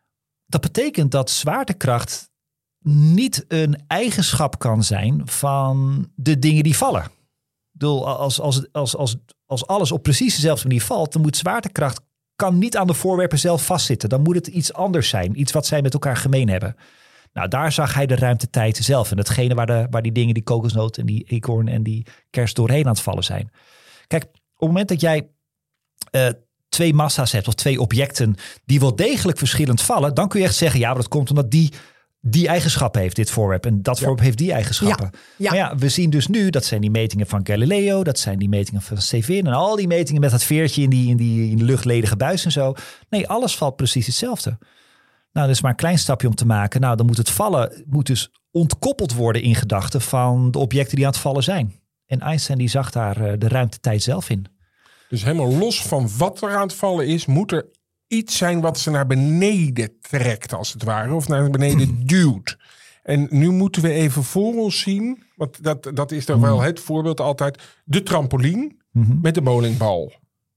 dat betekent dat zwaartekracht niet een eigenschap kan zijn van de dingen die vallen. Ik bedoel, als, als, als, als, als alles op precies dezelfde manier valt, dan moet zwaartekracht kan niet aan de voorwerpen zelf vastzitten. Dan moet het iets anders zijn. Iets wat zij met elkaar gemeen hebben. Nou, daar zag hij de ruimtetijd zelf. En datgene waar, de, waar die dingen, die kokosnoot en die eekhoorn en die kers doorheen aan het vallen zijn. Kijk, op het moment dat jij uh, twee massa's hebt of twee objecten die wel degelijk verschillend vallen, dan kun je echt zeggen, ja, maar dat komt omdat die die eigenschappen heeft, dit voorwerp. En dat Ja. voorwerp heeft die eigenschappen. Ja. Ja. Maar ja, we zien dus nu, dat zijn die metingen van Galileo, dat zijn die metingen van Stevin en al die metingen met dat veertje in die, in die in de luchtledige buis en zo. Nee, alles valt precies hetzelfde. Nou, dat is maar een klein stapje om te maken. Nou, dan moet het vallen, moet dus ontkoppeld worden in gedachten van de objecten die aan het vallen zijn. En Einstein die zag daar uh, de ruimtetijd zelf in. Dus helemaal los van wat er aan het vallen is, moet er iets zijn wat ze naar beneden trekt, als het ware. Of naar beneden duwt. En nu moeten we even voor ons zien, want dat, dat is toch wel het voorbeeld altijd, de trampoline Mm-hmm. met de bowlingbal.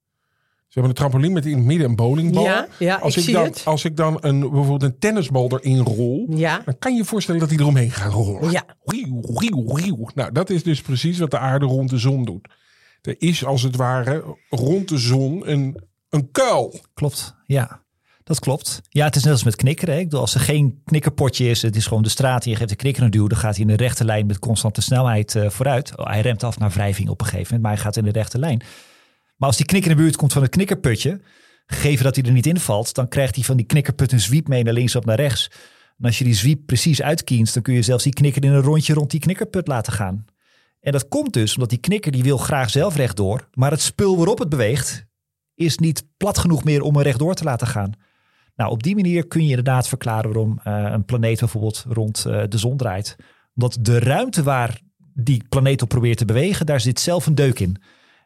Ze hebben een trampoline met in het midden een bowlingbal. Ja, ja, als ik ik zie dan, het. Als ik dan een, bijvoorbeeld een tennisbal erin rol, Ja. dan kan je je voorstellen dat hij eromheen gaat rollen. Ja. Rieuw, rieuw, rieuw. Nou, dat is dus precies wat de aarde rond de zon doet. Er is als het ware rond de zon een, een kuil. Klopt, ja. Dat klopt. Ja, het is net als met knikkeren. Hè. Ik bedoel, als er geen knikkerpotje is, het is gewoon de straat en je geeft de knikker een duw, dan gaat hij in de rechte lijn met constante snelheid uh, vooruit. Oh, hij remt af naar wrijving op een gegeven moment, maar hij gaat in de rechte lijn. Maar als die knikker in de buurt komt van het knikkerputje, Gegeven dat hij er niet invalt, dan krijgt hij van die knikkerput een zwiep mee naar links of naar rechts. En als je die zwiep precies uitkienst, dan kun je zelfs die knikker in een rondje rond die knikkerput laten gaan. En dat komt dus omdat die knikker die wil graag zelf rechtdoor, maar het spul waarop het beweegt is niet plat genoeg meer om er rechtdoor te laten gaan. Nou, op die manier kun je inderdaad verklaren waarom uh, een planeet bijvoorbeeld rond uh, de zon draait. Omdat de ruimte waar die planeet op probeert te bewegen, daar zit zelf een deuk in.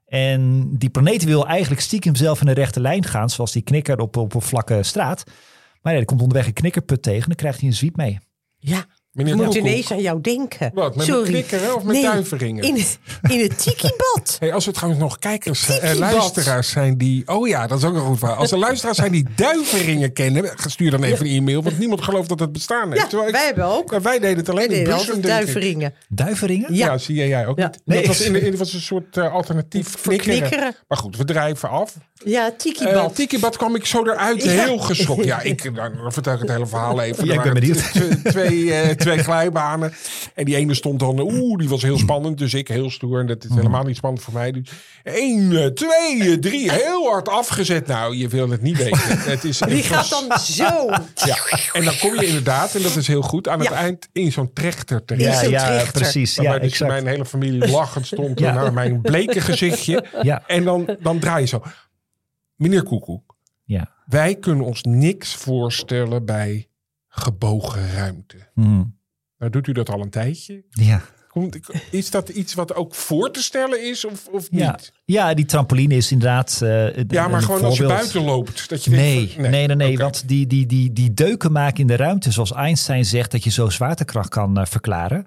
En die planeet wil eigenlijk stiekem zelf in een rechte lijn gaan, zoals die knikker op, op een vlakke straat. Maar ja, er komt onderweg een knikkerput tegen, dan krijgt hij een zwiep mee. Ja, Meneer ik moet Koekoek. ineens aan jou denken. Wat, met Sorry. knikkeren of met nee, duiveringen? In, in het tiki-bad. Hey, als er trouwens nog kijkers en Tiki-bad. luisteraars zijn die... Oh ja, dat is ook een goed verhaal. Als er luisteraars zijn die duiveringen kennen... Stuur dan even een e-mail, want niemand gelooft dat het bestaan heeft. Ja, Terwijl ik- wij hebben ook. Maar wij deden het alleen Wij in deden Bussum, altijd denk ik. duiveringen. Duiveringen? Ja, Ja. zie jij, jij ook Ja. niet. Nee, het, Nee. was in, het was een soort uh, alternatief Voor knikkeren. knikkeren. Maar goed, we drijven af. Ja, Uh, tiki-bad. Tikibad kwam ik zo eruit, Ja. heel geschokt. Ja, ik dan vertel ik het hele verhaal even. Ja, Er ik ben waren benieuwd. t- t- Twee, uh, twee glijbanen. En die ene stond dan, oeh, die was heel spannend. Dus ik heel stoer. En dat is helemaal niet spannend voor mij. Dus één, twee, drie, heel hard afgezet. Nou, je wil het niet weten. Het is Die echt gaat dan zo. Ja, en dan kom je inderdaad, en dat is heel goed, aan het Ja. eind in zo'n trechter terecht. Ja, zo'n ja, trechter. precies. Waarbij Ja, dus exact. mijn hele familie lachend stond Ja. naar mijn bleke gezichtje. Ja. En dan, dan draai je zo. Meneer Koekoek, Ja. wij kunnen ons niks voorstellen bij gebogen ruimte. Hmm. Nou doet u dat al een tijdje. Ja. Komt, is dat iets wat ook voor te stellen is of, of niet? Ja. ja, die trampoline is inderdaad uh, een- Ja, maar een gewoon als je voorbeeld. buiten loopt. Dat je Nee, denkt van, nee, nee, nee. Oké. Want die, die, die, die deuken maken in de ruimte, zoals Einstein zegt, dat je zo zwaartekracht kan uh, verklaren.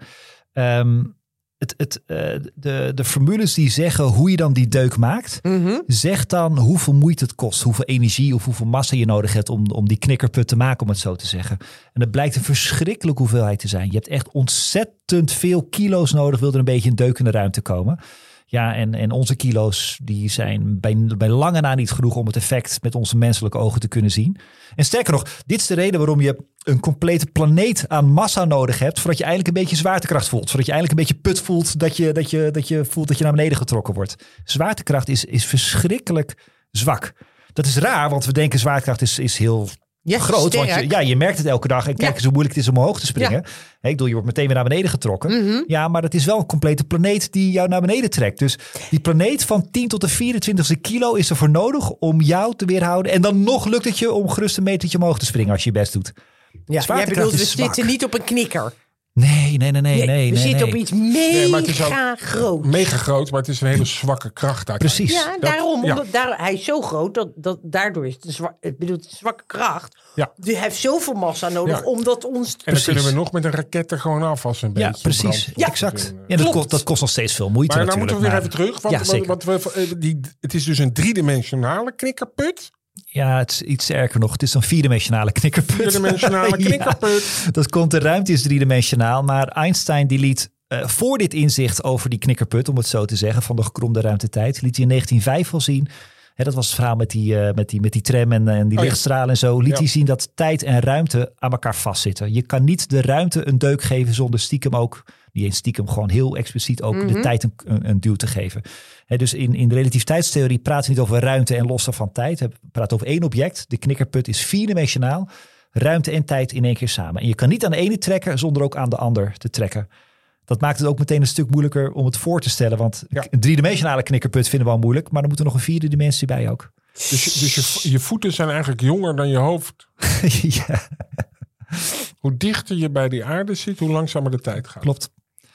Um, het, het, uh, de, de formules die zeggen hoe je dan die deuk maakt, Mhm. zegt dan hoeveel moeite het kost, hoeveel energie of hoeveel massa je nodig hebt om, om die knikkerput te maken, om het zo te zeggen. En dat blijkt een verschrikkelijke hoeveelheid te zijn. Je hebt echt ontzettend veel kilo's nodig, wil er een beetje een deuk in de ruimte komen. Ja, en, en onze kilo's die zijn bij, bij lange na niet genoeg om het effect met onze menselijke ogen te kunnen zien. En sterker nog, dit is de reden waarom je een complete planeet aan massa nodig hebt, voordat je eigenlijk een beetje zwaartekracht voelt. Voordat je eigenlijk een beetje put voelt, dat je, dat je, dat je voelt dat je naar beneden getrokken wordt. Zwaartekracht is, is verschrikkelijk zwak. Dat is raar, want we denken zwaartekracht is, is heel... Ja, groot, want je, sterk. ja, je merkt het elke dag en kijk Ja. eens hoe moeilijk het is om omhoog te springen. Ja. Hè, ik bedoel, je wordt meteen weer naar beneden getrokken. Mhm. Ja, maar dat is wel een complete planeet die jou naar beneden trekt. Dus die planeet van tien tot de vierentwintigste kilo is ervoor nodig om jou te weerhouden. En dan nog lukt het je om gerust een metertje omhoog te springen als je je best doet. Ja, jij Zwaartekracht bedoelt, we is zwak. zitten niet op een knikker. Nee, nee, nee, nee, nee. we nee, zitten nee. op iets Nee, maar het is mega ook groot. Mega groot, maar het is een hele zwakke kracht. Daar. Precies. Ja, Dat- daarom. ja. Omdat daar, hij is zo groot dat, dat daardoor is het een zwa, ik bedoel, het is een zwakke kracht. Ja. Die heeft zoveel massa nodig Ja. om dat ons... En dan Precies. kunnen we nog met een raket er gewoon af als we een Ja, beetje precies. brandstof Ja, erin, exact. eh. Ja, dat, Klopt. kost, dat kost nog steeds veel moeite Maar nou natuurlijk. moeten we weer maar- even terug. Want, Ja, zeker. want we, die, het is dus een driedimensionale knikkerput. Ja, het is iets sterker nog. Het is een vierdimensionale knikkerput. Vierdimensionale Ja, knikkerput. dat komt, de ruimte is driedimensionaal. Maar Einstein die liet uh, voor dit inzicht over die knikkerput, om het zo te zeggen, van de gekromde ruimtetijd, liet hij in negentien vijf al zien. Hè, dat was het verhaal met die, uh, met die, met die tram en, en die Oh, ja. lichtstralen en zo. Liet Ja. hij zien dat tijd en ruimte aan elkaar vastzitten. Je kan niet de ruimte een deuk geven zonder stiekem ook, niet eens stiekem, gewoon heel expliciet ook Mhm. de tijd een, een, een duw te geven. Hè, dus in, in de relativiteitstheorie praten we niet over ruimte en los van tijd. We praten over één object. De knikkerput is vierdimensionaal. Ruimte en tijd in één keer samen. En je kan niet aan de ene trekken zonder ook aan de ander te trekken. Dat maakt het ook meteen een stuk moeilijker om het voor te stellen. Want Ja. een driedimensionale knikkerput vinden we al moeilijk. Maar dan moet er nog een vierde dimensie bij ook. Dus, je- dus je, je voeten zijn eigenlijk jonger dan je hoofd. Ja, Hoe dichter je bij die aarde zit, hoe langzamer de tijd gaat. klopt.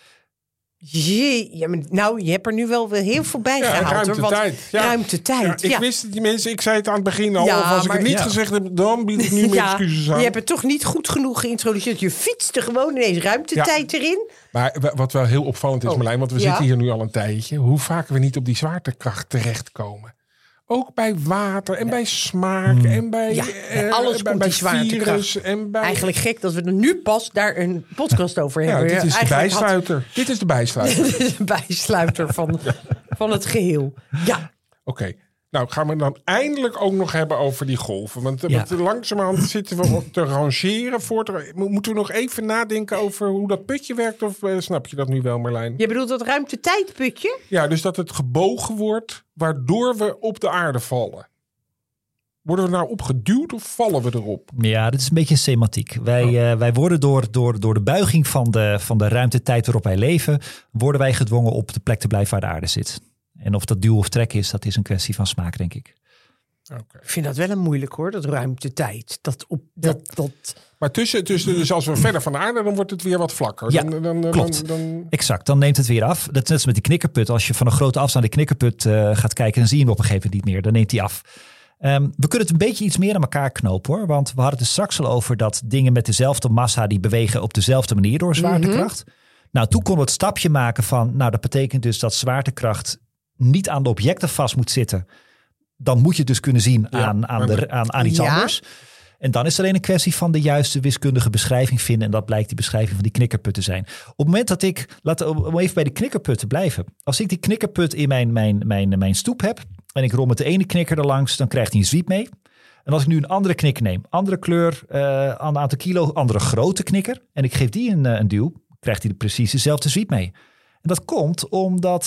Jee, ja, maar nou, je hebt er nu wel weer heel veel bij Ja, gehaald. hoor, want ruimtetijd. Ja. Ruimtetijd, Ja, ja. ik wist het, die mensen, ik zei het aan het begin al. Ja, of als ik maar- het niet Ja. gezegd heb, dan bied ik nu mijn excuses aan. je hebt het toch niet goed genoeg geïntroduceerd. Je fietste gewoon ineens ruimtetijd erin. Maar w- wat wel heel opvallend is, Oh, Marlijn, want we ja. zitten hier nu al een tijdje. Hoe vaak we niet op die zwaartekracht terechtkomen. Ook bij water en bij smaak en bij, Ja, eh, bij alles bij, komt bij die zwaartekracht. virus en bij... Eigenlijk gek dat we er nu pas daar een podcast over ja, hebben. dit is de Eigenlijk had- bijsluiter. Dit is de bijsluiter. Dit is een bijsluiter van, van het geheel. Ja, Oké, nou gaan we dan eindelijk ook nog hebben over die golven. Want, eh, Ja. want langzamerhand zitten we op te rangeren. Voor te, mo- moeten we nog even nadenken over hoe dat putje werkt? Of eh, snap je dat nu wel, Marlijn? je bedoelt dat ruimtetijdputje? Ja, dus dat het gebogen wordt, waardoor we op de aarde vallen. Worden we nou opgeduwd of vallen we erop? Ja, dit is een beetje een semantiek. Wij, oh. uh, wij worden door, door, door de buiging van de, van de ruimtetijd waarop wij leven, worden wij gedwongen op de plek te blijven waar de aarde zit. En of dat duw of trek is, dat is een kwestie van smaak, denk ik. Okay. Ik vind dat wel een moeilijk hoor, dat ruimtetijd. Dat op, dat, ja. dat... Maar tussen, tussen, dus als we verder van de aarde, dan wordt het weer wat vlakker. Ja, dan, dan, klopt. Dan, dan... Exact, dan neemt het weer af. Dat is net als met die knikkerput. Als je van een grote afstand de knikkerput uh, gaat kijken, dan zie je hem op een gegeven moment niet meer. Dan neemt hij af. Um, we kunnen het een beetje iets meer aan elkaar knopen hoor. Want we hadden het er straks al over dat dingen met dezelfde massa die bewegen op dezelfde manier door zwaartekracht. Mm-hmm. Nou, toen konden we het stapje maken van, nou dat betekent dus dat zwaartekracht niet aan de objecten vast moet zitten. Dan moet je het dus kunnen zien ja, aan, aan, de, aan, aan iets ja. anders. En dan is er alleen een kwestie van de juiste wiskundige beschrijving vinden. En dat blijkt die beschrijving van die knikkerput te zijn. Op het moment dat ik, laten om even bij de knikkerput te blijven. Als ik die knikkerput in mijn, mijn, mijn, mijn stoep heb en ik rol met de ene knikker erlangs, dan krijgt hij een zwiep mee. En als ik nu een andere knikker neem, andere kleur, uh, een aantal kilo, andere grote knikker. En ik geef die een, een duw, krijgt hij de precies dezelfde zwiep mee. En dat komt omdat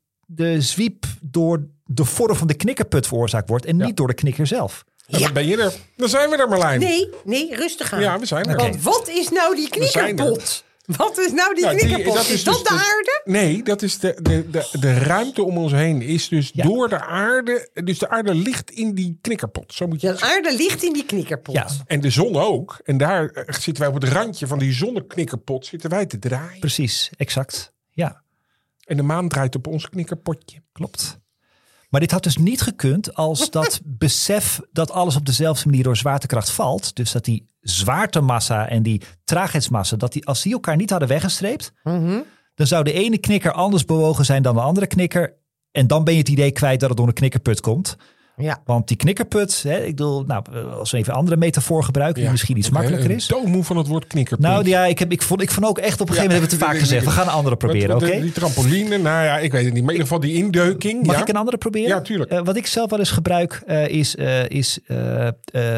de zwiep door de vorm van de knikkerput veroorzaakt wordt en ja. niet door de knikker zelf. Ja. Dan ben je er. Dan zijn we er, Marlijn. Nee, nee, rustig aan. Ja, we zijn er. Okay. Want wat is nou die knikkerpot? Wat is nou die nou, knikkerpot? Die, dat is, is dat dus de aarde? De, nee, dat is de, de, de, de ruimte om ons heen. Is dus ja. door de aarde. Dus de aarde ligt in die knikkerpot. Zo moet je ja, de aarde ligt in die knikkerpot. Ja. En de zon ook. En daar zitten wij op het randje van die zonneknikkerpot. Zitten wij te draaien. Precies, exact. Ja. En de maan draait op ons knikkerpotje. Klopt. Maar dit had dus niet gekund als dat besef dat alles op dezelfde manier door zwaartekracht valt. Dus dat die zwaartemassa en die traagheidsmassa, dat die, als die elkaar niet hadden weggestreept, mm-hmm. dan zou de ene knikker anders bewogen zijn dan de andere knikker. En dan ben je het idee kwijt dat het door een knikkerput komt. Ja. Want die knikkerput, hè, ik bedoel, nou, als we even een andere metafoor gebruiken, ja, die misschien iets makkelijker is. Ik ben doodmoe van het woord knikkerput. Nou ja, ik, heb, ik, vond, ik vond ook echt op een gegeven moment, ja, hebben we het te vaak gezegd. We gaan een andere proberen, oké? Okay? Die trampoline, nou ja, ik weet het niet. Maar in ieder geval die indeuking. Mag ja? ik een andere proberen? Ja, tuurlijk. Uh, wat ik zelf wel eens gebruik uh, is, uh, is uh, uh,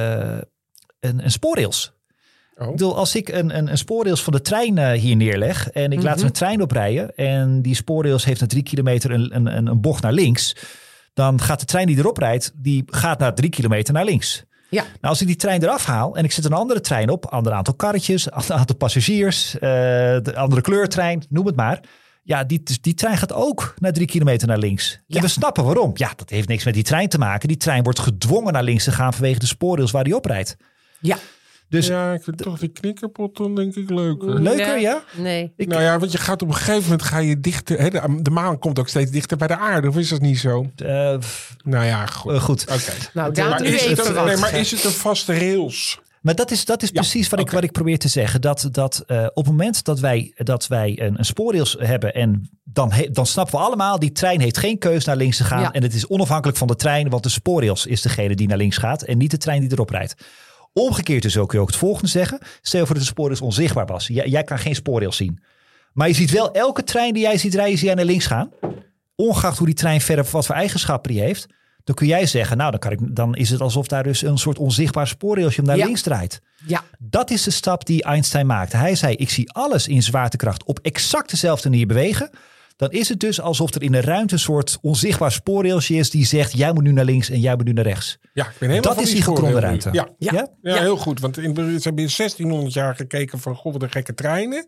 een, een spoorrails. Oh. Ik bedoel, als ik een, een, een spoorrails van de trein uh, hier neerleg en ik mm-hmm. laat een trein oprijden en die spoorrails heeft na drie kilometer een, een, een bocht naar links, dan gaat de trein die erop rijdt, die gaat na drie kilometer naar links. Ja. Nou, als ik die trein eraf haal en ik zet een andere trein op, ander aantal karretjes, ander aantal passagiers, uh, de andere kleurtrein, noem het maar. Ja, die, die trein gaat ook na drie kilometer naar links. Ja. En we snappen waarom. Ja, dat heeft niks met die trein te maken. Die trein wordt gedwongen naar links te gaan vanwege de spoorrails waar die oprijdt. Ja. Dus, ja, ik vind toch die knikkerpot dan denk ik leuker. Leuker, ja? Nee. Ik, nou ja, want je gaat op een gegeven moment ga je dichter. Hè, de, de maan komt ook steeds dichter bij de aarde. Of is dat niet zo? Uh, nou ja, goed. Uh, goed. Oké. Okay. Nou, daar maar, is het een, nee, maar is het een vaste rails? Maar dat is, dat is ja, precies wat, okay. ik, wat ik probeer te zeggen. Dat, dat uh, op het moment dat wij, dat wij een, een spoorrails hebben en dan, he, dan snappen we allemaal, die trein heeft geen keus naar links te gaan. Ja. En het is onafhankelijk van de trein, want de spoorrails is degene die naar links gaat en niet de trein die erop rijdt. Omgekeerd dus ook, kun je ook het volgende zeggen. Stel voor dat de spoorrails onzichtbaar was. Jij, jij kan geen spoorrails zien. Maar je ziet wel elke trein die jij ziet rijden, zie jij naar links gaan. Ongeacht hoe die trein verder, wat voor eigenschappen die heeft. Dan kun jij zeggen, nou dan, kan ik, dan is het alsof daar dus een soort onzichtbaar spoorrailsje naar ja. links draait. Ja. Dat is de stap die Einstein maakte. Hij zei, ik zie alles in zwaartekracht op exact dezelfde manier bewegen. Dan is het dus alsof er in de ruimte een soort onzichtbaar spoorrailsje is die zegt, jij moet nu naar links en jij moet nu naar rechts. Ja, ik ben helemaal dat is die gekromde ruimte. Ja. Ja. Ja? Ja, ja, heel goed. Want in, ze hebben in zestienhonderd jaar gekeken van, goh, wat een gekke treinen.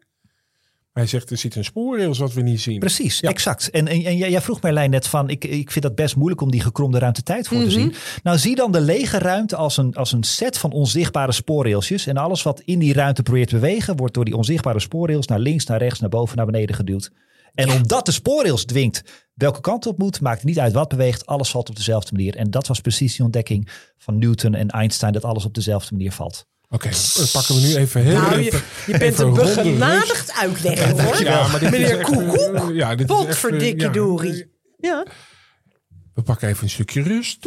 Hij zegt, er zit een spoorrails wat we niet zien. Precies, ja. exact. En, en, en jij vroeg Marlijn net van, ik, ik vind dat best moeilijk om die gekromde ruimte tijd voor mm-hmm. te zien. Nou, zie dan de lege ruimte als een, als een set van onzichtbare spoorrailsjes. En alles wat in die ruimte probeert te bewegen, wordt door die onzichtbare spoorrails naar links, naar rechts, naar boven, naar beneden geduwd. En ja. omdat de spoorrails dwingt welke kant op moet, maakt het niet uit wat beweegt. Alles valt op dezelfde manier. En dat was precies die ontdekking van Newton en Einstein, dat alles op dezelfde manier valt. Oké, okay, dat pakken we nu even heel nou, even. Je, je bent een begenadigd uitlegger, ja, hoor. Ja, maar dit Meneer Koekoek, ja, potverdikkedorie. Ja. We pakken even een stukje rust.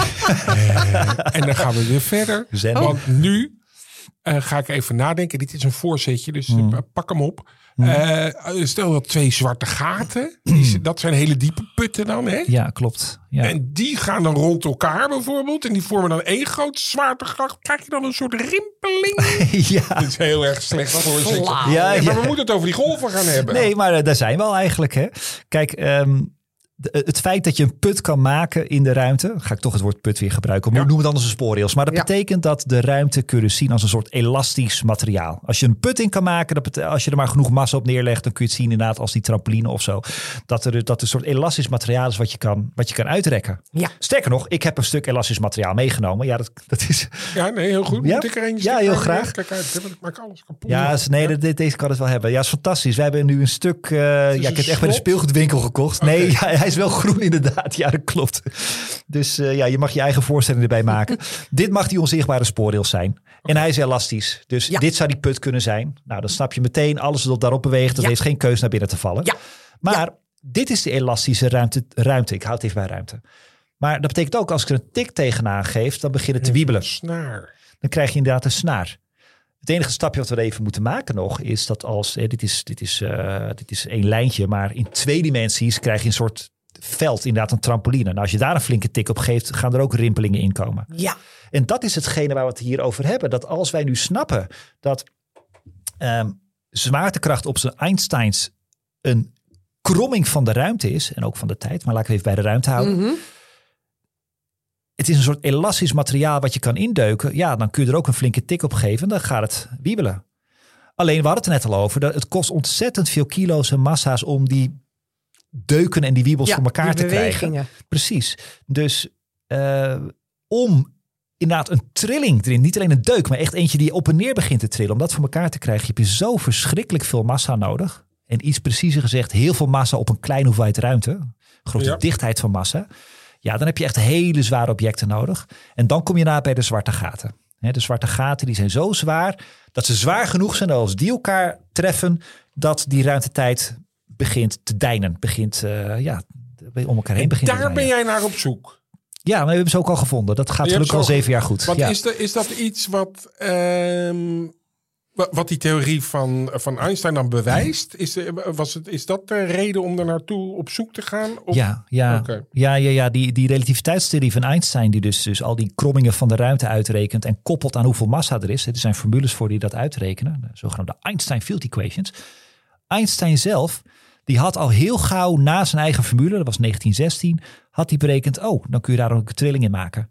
uh, en dan gaan we weer verder. Oh. Want nu uh, ga ik even nadenken. Dit is een voorzetje, dus mm. uh, pak hem op. Uh, stel dat twee zwarte gaten. Die, dat zijn hele diepe putten dan, hè? Ja, klopt. Ja. En die gaan dan rond elkaar bijvoorbeeld. En die vormen dan één grote zwaartekracht. Krijg je dan een soort rimpeling? Ja. Dat is heel erg slecht voor ja, ja, ja. Maar we moeten het over die golven gaan hebben. Nee, maar uh, daar zijn we al eigenlijk, hè? Kijk, um, de, het feit dat je een put kan maken in de ruimte, ga ik toch het woord put weer gebruiken, ja. noem het anders een spoorrails. Maar dat ja. betekent dat de ruimte kun je zien als een soort elastisch materiaal. Als je een put in kan maken, dat betekent, als je er maar genoeg massa op neerlegt, dan kun je het zien inderdaad als die trampoline of zo. Dat er dat een soort elastisch materiaal is wat je kan, wat je kan uitrekken. Ja. Sterker nog, ik heb een stuk elastisch materiaal meegenomen. Ja, dat, dat is... Ja, nee, heel goed. Ja? Moet ik er een Ja, heel graag. Kijk uit, want ik maak alles kapot. Ja, is, nee, ja. De, deze kan het wel hebben. Ja, is fantastisch. We hebben nu een stuk... Uh, ja, ik heb het echt bij de speelgoedwinkel gekocht. Okay. Nee, ja, hij is wel groen inderdaad. Ja, dat klopt. Dus uh, ja, je mag je eigen voorstelling erbij maken. Dit mag die onzichtbare spoorrails zijn. Okay. En hij is elastisch. Dus ja. dit zou die put kunnen zijn. Nou, dan snap je meteen alles wat daarop beweegt. Dat ja. heeft geen keus naar binnen te vallen. Ja. Maar ja. dit is de elastische ruimte, ruimte. Ik houd het even bij ruimte. Maar dat betekent ook als ik er een tik tegenaan geef, dan begint het te wiebelen. Snaar. Dan krijg je inderdaad een snaar. Het enige stapje wat we even moeten maken nog is dat als, eh, dit, is, dit, is, uh, dit is één lijntje, maar in twee dimensies krijg je een soort veld, inderdaad een trampoline. Nou, als je daar een flinke tik op geeft, gaan er ook rimpelingen in komen. Ja. En dat is hetgene waar we het hier over hebben. Dat als wij nu snappen dat um, zwaartekracht op zijn Einsteins een kromming van de ruimte is, en ook van de tijd, maar laten we even bij de ruimte houden. Mm-hmm. Het is een soort elastisch materiaal wat je kan indeuken. Ja, dan kun je er ook een flinke tik op geven en dan gaat het wiebelen. Alleen, we hadden het er net al over. Dat het kost ontzettend veel kilo's en massa's om die deuken en die wiebels ja, voor elkaar te bewegingen. krijgen. Precies. Dus uh, om inderdaad een trilling erin, niet alleen een deuk, maar echt eentje die op en neer begint te trillen. Om dat voor elkaar te krijgen, heb je zo verschrikkelijk veel massa nodig. En iets preciezer gezegd, heel veel massa op een kleine hoeveelheid ruimte. Grote ja. dichtheid van massa. Ja, dan heb je echt hele zware objecten nodig. En dan kom je na bij de zwarte gaten. He, de zwarte gaten die zijn zo zwaar dat ze zwaar genoeg zijn dat als die elkaar treffen, dat die ruimtetijd begint te deinen. Begint uh, ja, om elkaar heen en begint daar te ben jij naar op zoek? Ja, maar we hebben ze ook al gevonden. Dat gaat gelukkig al zeven jaar goed. Want ja. is, de, is dat iets wat... Um... Wat die theorie van, van Einstein dan bewijst, is, was het, is dat de reden om er naartoe op zoek te gaan? Of? Ja, ja, okay. ja, ja, ja. Die, die relativiteitstheorie van Einstein, die dus, dus al die krommingen van de ruimte uitrekent en koppelt aan hoeveel massa er is. Er zijn formules voor die dat uitrekenen, de zogenaamde Einstein field equations. Einstein zelf, die had al heel gauw na zijn eigen formule, dat was negentien zestien, had hij berekend, oh, dan kun je daar ook een trilling in maken.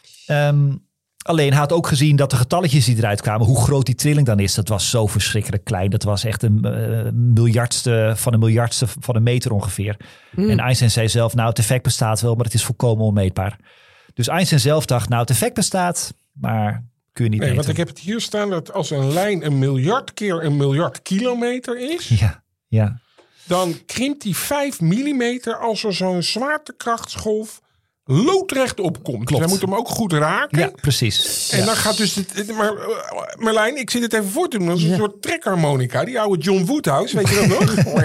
Um, Alleen hij had ook gezien dat de getalletjes die eruit kwamen, hoe groot die trilling dan is, dat was zo verschrikkelijk klein. Dat was echt een uh, miljardste van een miljardste van een meter ongeveer. Mm. En Einstein zei zelf, nou het effect bestaat wel, maar het is volkomen onmeetbaar. Dus Einstein zelf dacht, nou het effect bestaat, maar kun je niet nee, meten. Want ik heb het hier staan dat als een lijn een miljard keer een miljard kilometer is, ja, ja. dan krimpt die vijf millimeter als er zo'n zwaartekrachtsgolf loodrecht opkomt. Klopt. Dan moet hem ook goed raken. Ja, precies. En ja. dan gaat dus... Het, maar Merlijn, ik zit het even voor te doen. Dat is een ja. soort trekharmonica. Die oude John Woodhouse, weet je dat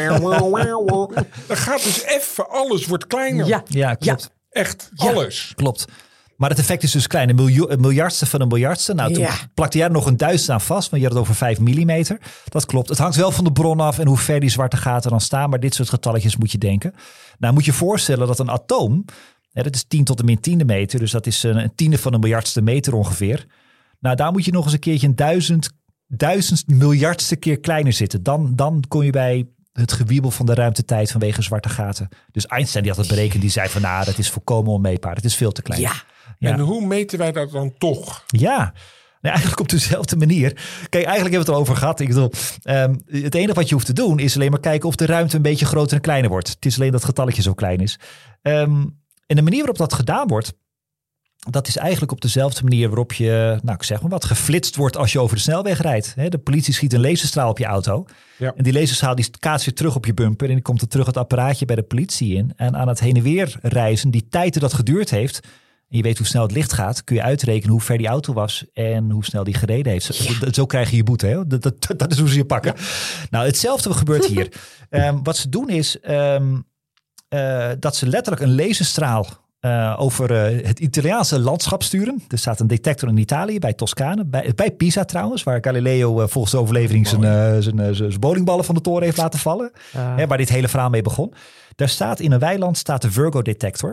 nog? Dan gaat dus even alles wordt kleiner. Ja, ja klopt. Ja. Echt, ja. alles. Klopt. Maar het effect is dus klein. Een, miljoen, een miljardste van een miljardste. Nou, toen ja. plakte jij er nog een duizend aan vast. Want je had het over vijf millimeter. Dat klopt. Het hangt wel van de bron af en hoe ver die zwarte gaten dan staan. Maar dit soort getalletjes moet je denken. Nou, moet je voorstellen dat een atoom... Ja, dat is tien tot de min tiende meter. Dus dat is een tiende van een miljardste meter ongeveer. Nou, daar moet je nog eens een keertje een duizend, duizend miljardste keer kleiner zitten. Dan, dan kom je bij het gewiebel van de ruimtetijd vanwege zwarte gaten. Dus Einstein die had het berekend. Die zei van, nou, dat is volkomen onmeetbaar. Het is veel te klein. Ja. Ja. En hoe meten wij dat dan toch? Ja, nee, eigenlijk op dezelfde manier. Kijk, eigenlijk hebben we het al over gehad. Ik bedoel, um, het enige wat je hoeft te doen is alleen maar kijken of de ruimte een beetje groter en kleiner wordt. Het is alleen dat het getalletje zo klein is. Um, En de manier waarop dat gedaan wordt, dat is eigenlijk op dezelfde manier waarop je, nou ik zeg maar wat, geflitst wordt als je over de snelweg rijdt. De politie schiet een laserstraal op je auto. Ja. En die laserstraal die kaatst weer terug op je bumper en die komt er terug het apparaatje bij de politie in. En aan het heen en weer reizen, die tijd dat dat geduurd heeft, en je weet hoe snel het licht gaat, kun je uitrekenen hoe ver die auto was en hoe snel die gereden heeft. Zo, ja. zo krijg je je boete. Hè? Dat, dat, dat is hoe ze je pakken. Ja. Nou, hetzelfde gebeurt hier. um, wat ze doen is... Um, Uh, dat ze letterlijk een laserstraal uh, over uh, het Italiaanse landschap sturen. Er staat een detector in Italië, bij Toscane. Bij, bij Pisa trouwens, waar Galileo uh, volgens de overlevering zijn, uh, zijn, uh, zijn bowlingballen van de toren heeft laten vallen. Uh. Hè, waar dit hele verhaal mee begon. Daar staat in een weiland staat de Virgo detector.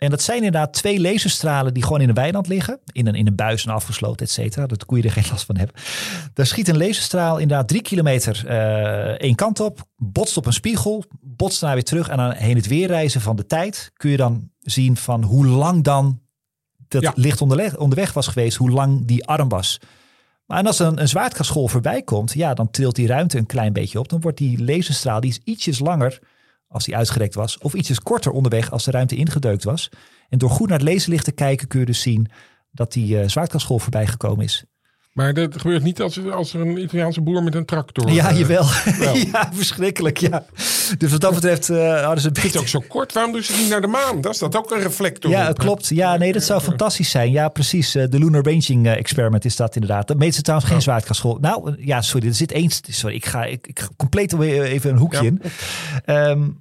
En dat zijn inderdaad twee laserstralen die gewoon in een weiland liggen. In een, in een buis en afgesloten, et cetera. Dat de koeien er geen last van hebben. Daar schiet een laserstraal inderdaad drie kilometer uh, één kant op. Botst op een spiegel. Botst daarna weer terug. En aan heen het weer reizen van de tijd kun je dan zien van hoe lang dan dat ja. licht onderweg, onderweg was geweest. Hoe lang die arm was. Maar en als een, een zwaartekrachtsgolf voorbij komt, ja, dan trilt die ruimte een klein beetje op. Dan wordt die laserstraal, die is ietsjes langer als die uitgerekt was, of ietsjes korter onderweg als de ruimte ingedeukt was. En door goed naar het laserlicht te kijken kun je dus zien dat die uh, zwaartekrachtsgolf voorbij gekomen is. Maar dat gebeurt niet als, als er een Italiaanse boer met een tractor... Ja, uh, jawel. Ja, verschrikkelijk, ja. Dus wat dat betreft uh, hadden ze... Het is ook zo kort. Waarom doen ze niet naar de maan? Dat is dat ook een reflector. Ja, op, klopt. Ja, nee, dat zou fantastisch zijn. Ja, precies. De Lunar Ranging Experiment is dat inderdaad. Dat meet ze trouwens geen oh. zwaartekrachtsgolf. Nou, ja, sorry. Er zit eens... Sorry, ik ga, ik, ik ga compleet even een hoekje ja. in. Um,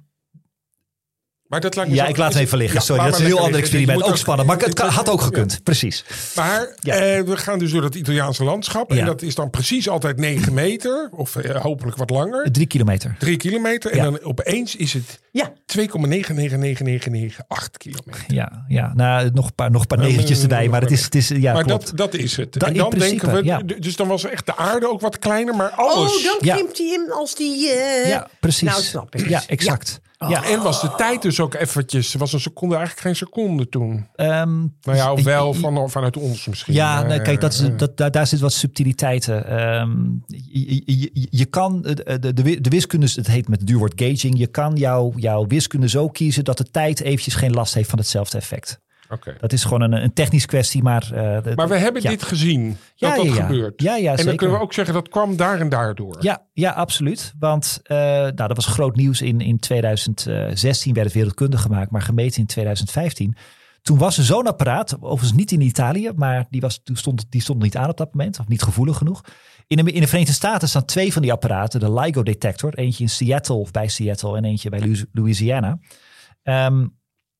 Maar dat lijkt me ja, zo, ik laat het even liggen. Ja, Sorry, dat is een heel ander experiment. Ook, ook spannend, maar het had ook gekund. Ja. Precies. Maar ja. eh, we gaan dus door het Italiaanse landschap. Ja. En dat is dan precies altijd negen meter. Of eh, hopelijk wat langer. Drie kilometer. Drie kilometer. En ja. dan opeens is het ja. twee komma negen negen negen negen negen acht kilometer. Ja, ja. Nou, nog een paar, nog een paar negentjes uh, erbij. Maar het is, het is ja, maar klopt. Dat, dat is het. Dat en dan principe, denken we... Ja. Dus dan was echt de aarde ook wat kleiner. Maar alles... Oh, dan krimpt hij in als die... Uh, ja, precies. Nou, snap ik. Ja, exact. Ja. Oh. Ja, en was de tijd dus ook eventjes... was een seconde eigenlijk geen seconde toen. Um, nou ja, of wel van, vanuit ons misschien. Ja, maar, nee, kijk, dat is, dat, daar, daar zit wat subtiliteiten. Um, je, je, je kan de, de, de wiskunde, het heet met het duurwoord gaging... je kan jouw, jouw wiskunde zo kiezen... dat de tijd eventjes geen last heeft van hetzelfde effect. Okay. Dat is gewoon een, een technisch kwestie, maar... Uh, de, maar we hebben ja. dit gezien, dat ja, dat ja, ja. gebeurt. Ja, ja, en zeker. dan kunnen we ook zeggen, dat kwam daar en daardoor. Ja, ja, absoluut. Want uh, nou, dat was groot nieuws. In, in tweeduizend zestien werd het wereldkundig gemaakt, maar gemeten in tweeduizend vijftien. Toen was er zo'n apparaat, overigens niet in Italië, maar die, was, die, stond, die stond niet aan op dat moment, of niet gevoelig genoeg. In de, in de Verenigde Staten staan twee van die apparaten, de LIGO detector. Eentje in Seattle, of bij Seattle, en eentje bij Louisiana. Um,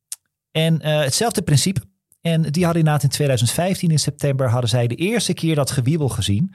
en uh, hetzelfde principe. En die hadden inderdaad in tweeduizend vijftien in september hadden zij de eerste keer dat gewiebel gezien.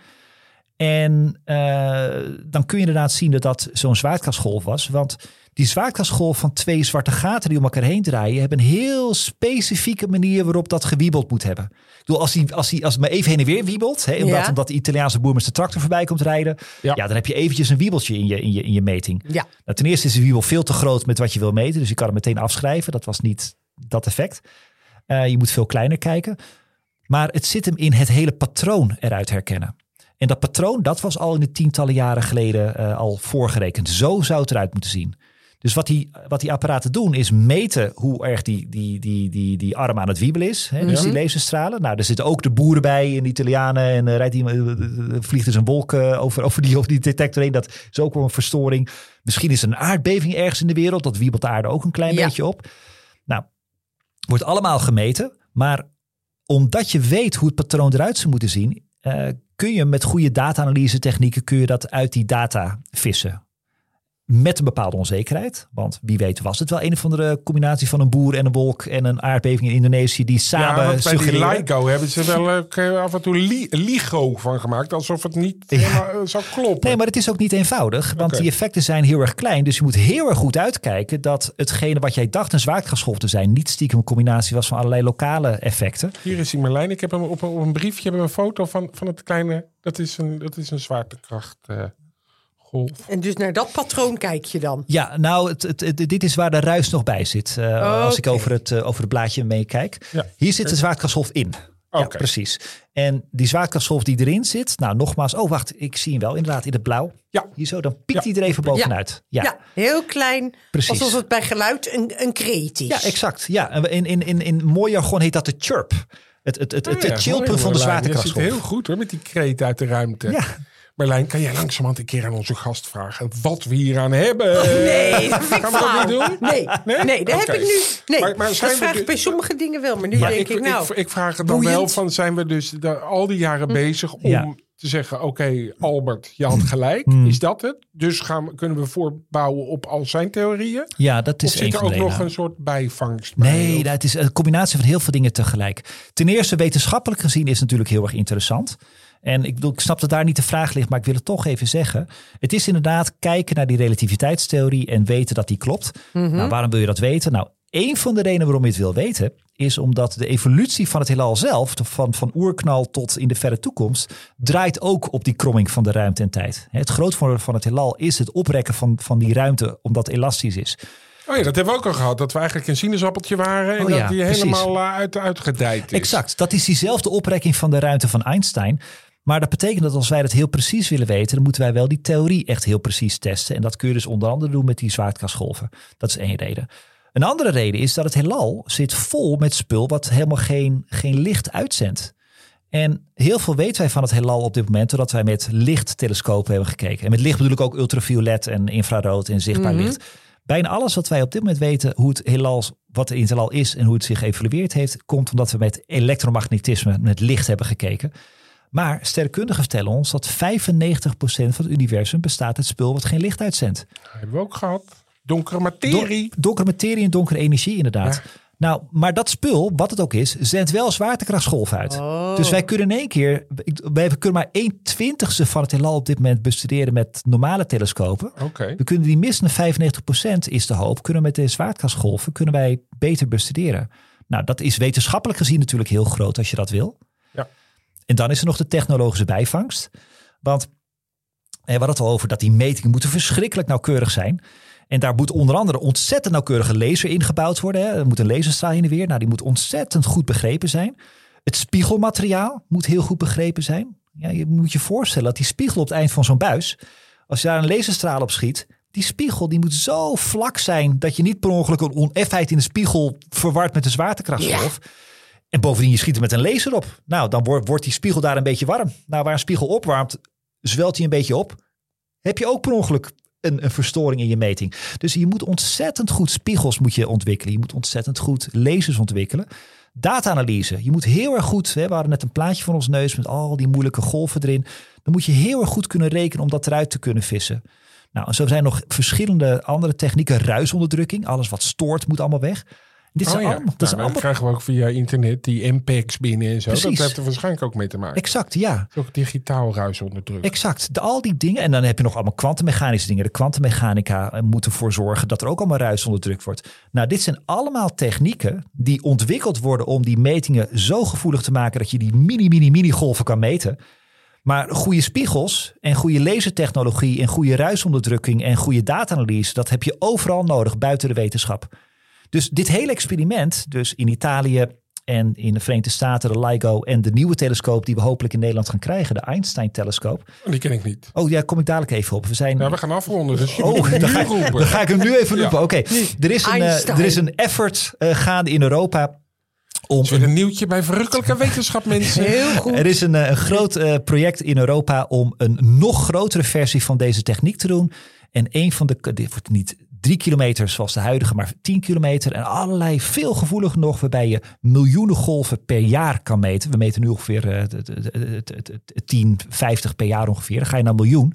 En uh, dan kun je inderdaad zien dat dat zo'n zwaartekrachtsgolf was. Want die zwaartekrachtsgolf van twee zwarte gaten die om elkaar heen draaien... hebben een heel specifieke manier waarop dat gewiebeld moet hebben. Ik bedoel, als, die, als, die, als het maar even heen en weer wiebelt... Hè, omdat, ja. omdat de Italiaanse boer met zijn tractor voorbij komt rijden... Ja. ja, dan heb je eventjes een wiebeltje in je, in je, in je meting. Ja. Nou, ten eerste is de wiebel veel te groot met wat je wil meten. Dus je kan hem meteen afschrijven. Dat was niet dat effect. Uh, je moet veel kleiner kijken. Maar het zit hem in het hele patroon eruit herkennen. En dat patroon, dat was al in de tientallen jaren geleden uh, al voorgerekend. Zo zou het eruit moeten zien. Dus wat die, wat die apparaten doen is meten hoe erg die, die, die, die, die arm aan het wiebelen is. Hè? Dus ja. die laserstralen. Nou, er zitten ook de boeren bij en de Italianen. En uh, rijdt die, uh, vliegt dus een wolk uh, over, over, die, over die detector heen. Dat is ook wel een verstoring. Misschien is er een aardbeving ergens in de wereld. Dat wiebelt de aarde ook een klein ja. beetje op. Nou, wordt allemaal gemeten. Maar omdat je weet hoe het patroon eruit zou moeten zien... Uh, kun je met goede data-analyse technieken kun je dat uit die data vissen. Met een bepaalde onzekerheid. Want wie weet was het wel een of andere combinatie van een boer en een wolk en een aardbeving in Indonesië die samen ja, want bij suggereren. die LIGO hebben ze wel uh, af en toe li- LIGO van gemaakt. Alsof het niet ja. helemaal, uh, zou kloppen. Nee, maar het is ook niet eenvoudig. Want okay. die effecten zijn heel erg klein. Dus je moet heel erg goed uitkijken dat hetgene wat jij dacht een zwaartekrachtsgolf te zijn, niet stiekem een combinatie was van allerlei lokale effecten. Hier is die Marlijn. Ik heb hem op een, op een briefje hebben we een foto van, van het kleine. Dat is een, dat is een zwaartekracht. Uh, Golf. En dus naar dat patroon kijk je dan? Ja, nou, het, het, het, dit is waar de ruis nog bij zit. Uh, oh, als okay. ik over het, uh, over het blaadje meekijk. Ja. Hier zit de zwaartekrachtsgolf in. Okay. Ja, precies. En die zwaartekrachtsgolf die erin zit. Nou, nogmaals. Oh, wacht. Ik zie hem wel inderdaad in het blauw. Ja. Hier zo. Dan piekt hij ja. er even bovenuit. Ja. Ja. ja, heel klein. Precies. Alsof het bij geluid een, een kreet is. Ja, exact. Ja, in, in, in, in mooi jargon heet dat de chirp. Het, het, het, oh, het, het ja, chilpen van de zwaartekrachtsgolf. Je zit heel goed hoor met die kreet uit de ruimte. Ja. Marlijn, kan jij langzamerhand een keer aan onze gast vragen wat we hier aan hebben? Nee, dat vind ik Gaan we dat niet doen? Nee, nee, nee dat okay. heb ik nu. Nee, maar, maar dat vraag we, ik bij sommige dingen wel. Maar nu maar denk ik, ik, nou... Ik, ik vraag het dan boeiend. wel van, zijn we dus de, al die jaren hm. bezig om ja. te zeggen, oké, okay, Albert, je had gelijk. Hm. Is dat het? Dus gaan we, kunnen we voortbouwen op al zijn theorieën? Ja, dat is Of zit er ook nog een soort bijvangst bij? Nee, dat is een combinatie van heel veel dingen tegelijk. Ten eerste, wetenschappelijk gezien is het natuurlijk heel erg interessant. En ik bedoel, ik snap dat daar niet de vraag ligt, maar ik wil het toch even zeggen. Het is inderdaad kijken naar die relativiteitstheorie en weten dat die klopt. Mm-hmm. Nou, waarom wil je dat weten? Nou, een van de redenen waarom je het wil weten is omdat de evolutie van het heelal zelf, van, van oerknal tot in de verre toekomst, draait ook op die kromming van de ruimte en tijd. Het grootvoordeel van het heelal is het oprekken van, van die ruimte, omdat het elastisch is. Oh ja, dat hebben we ook al gehad. Dat we eigenlijk een sinaasappeltje waren en oh ja, dat die precies. helemaal uit, uitgedijd is. Exact, dat is diezelfde oprekking van de ruimte van Einstein. Maar dat betekent dat als wij dat heel precies willen weten, dan moeten wij wel die theorie echt heel precies testen. En dat kun je dus onder andere doen met die zwaartekrachtsgolven. Dat is één reden. Een andere reden is dat het heelal zit vol met spul wat helemaal geen, geen licht uitzendt. En heel veel weten wij van het heelal op dit moment doordat wij met lichttelescopen hebben gekeken. En met licht bedoel ik ook ultraviolet en infrarood en zichtbaar mm-hmm. licht. Bijna alles wat wij op dit moment weten, hoe het heelal, wat er in het heelal is en hoe het zich geëvolueerd heeft, komt omdat we met elektromagnetisme, met licht hebben gekeken. Maar sterrenkundigen vertellen ons dat vijfennegentig procent van het universum bestaat uit spul wat geen licht uitzendt. Dat hebben we ook gehad. Donkere materie. Don, donkere materie en donkere energie inderdaad. Ja. Nou, maar dat spul, wat het ook is, zendt wel zwaartekrachtsgolven uit. Oh. Dus wij kunnen in één keer, wij kunnen maar een twintigste van het heelal op dit moment bestuderen met normale telescopen. Okay. We kunnen die missende vijfennegentig procent is de hoop, kunnen met de zwaartekrachtsgolven kunnen wij beter bestuderen. Nou, dat is wetenschappelijk gezien natuurlijk heel groot als je dat wil. Ja. En dan is er nog de technologische bijvangst. Want eh, we hadden het al over dat die metingen moeten verschrikkelijk nauwkeurig zijn. En daar moet onder andere ontzettend nauwkeurige laser ingebouwd worden. Hè. Er moet een laserstraal heen en weer. Nou, die moet ontzettend goed begrepen zijn. Het spiegelmateriaal moet heel goed begrepen zijn. Ja, je moet je voorstellen dat die spiegel op het eind van zo'n buis, als je daar een laserstraal op schiet, die spiegel die moet zo vlak zijn dat je niet per ongeluk een oneffenheid in de spiegel verward met de zwaartekrachtsgolf. Ja. En bovendien, je schiet er met een laser op. Nou, dan wordt, wordt die spiegel daar een beetje warm. Nou, waar een spiegel opwarmt, zwelt hij een beetje op. Heb je ook per ongeluk een, een verstoring in je meting. Dus je moet ontzettend goed spiegels moet je ontwikkelen. Je moet ontzettend goed lasers ontwikkelen. Data-analyse. Je moet heel erg goed, hè, we hadden net een plaatje van ons neus met al die moeilijke golven erin. Dan moet je heel erg goed kunnen rekenen om dat eruit te kunnen vissen. Nou, zo zijn nog verschillende andere technieken. Ruisonderdrukking. Alles wat stoort moet allemaal weg. Dit oh zijn ja. allemaal, dat nou, zijn dan allemaal... krijgen we ook via internet die M P E Gs binnen en zo. Precies. Dat heeft er waarschijnlijk ook mee te maken. Exact, ja. Ook digitaal ruis onderdrukt. Exact. De, al die dingen. En dan heb je nog allemaal kwantummechanische dingen. De kwantummechanica moet ervoor zorgen dat er ook allemaal ruis onderdrukt wordt. Nou, dit zijn allemaal technieken die ontwikkeld worden om die metingen zo gevoelig te maken dat je die mini, mini, mini golven kan meten. Maar goede spiegels en goede lasertechnologie en goede ruisonderdrukking en goede data-analyse, dat heb je overal nodig buiten de wetenschap. Dus dit hele experiment, dus in Italië en in de Verenigde Staten, de LIGO en de nieuwe telescoop die we hopelijk in Nederland gaan krijgen, de Einstein-telescoop. Oh, die ken ik niet. Oh ja, kom ik dadelijk even op. We zijn. Ja, we gaan afronden, dus je oh, moet hem dan nu ga, ik, roepen. dan ga ik hem nu even roepen. Ja. Oké, okay. er, is een, uh, er is een effort uh, gaande in Europa. Om is weer een nieuwtje bij verrukkelijke wetenschap, mensen. Heel goed. Er is een, een groot uh, project in Europa om een nog grotere versie van deze techniek te doen. En een van de, dit wordt niet drie kilometer zoals de huidige, maar tien kilometer. En allerlei veel gevoeliger nog, waarbij je miljoenen golven per jaar kan meten. We meten nu ongeveer uh, tien, vijftig per jaar ongeveer. Dan ga je naar een miljoen.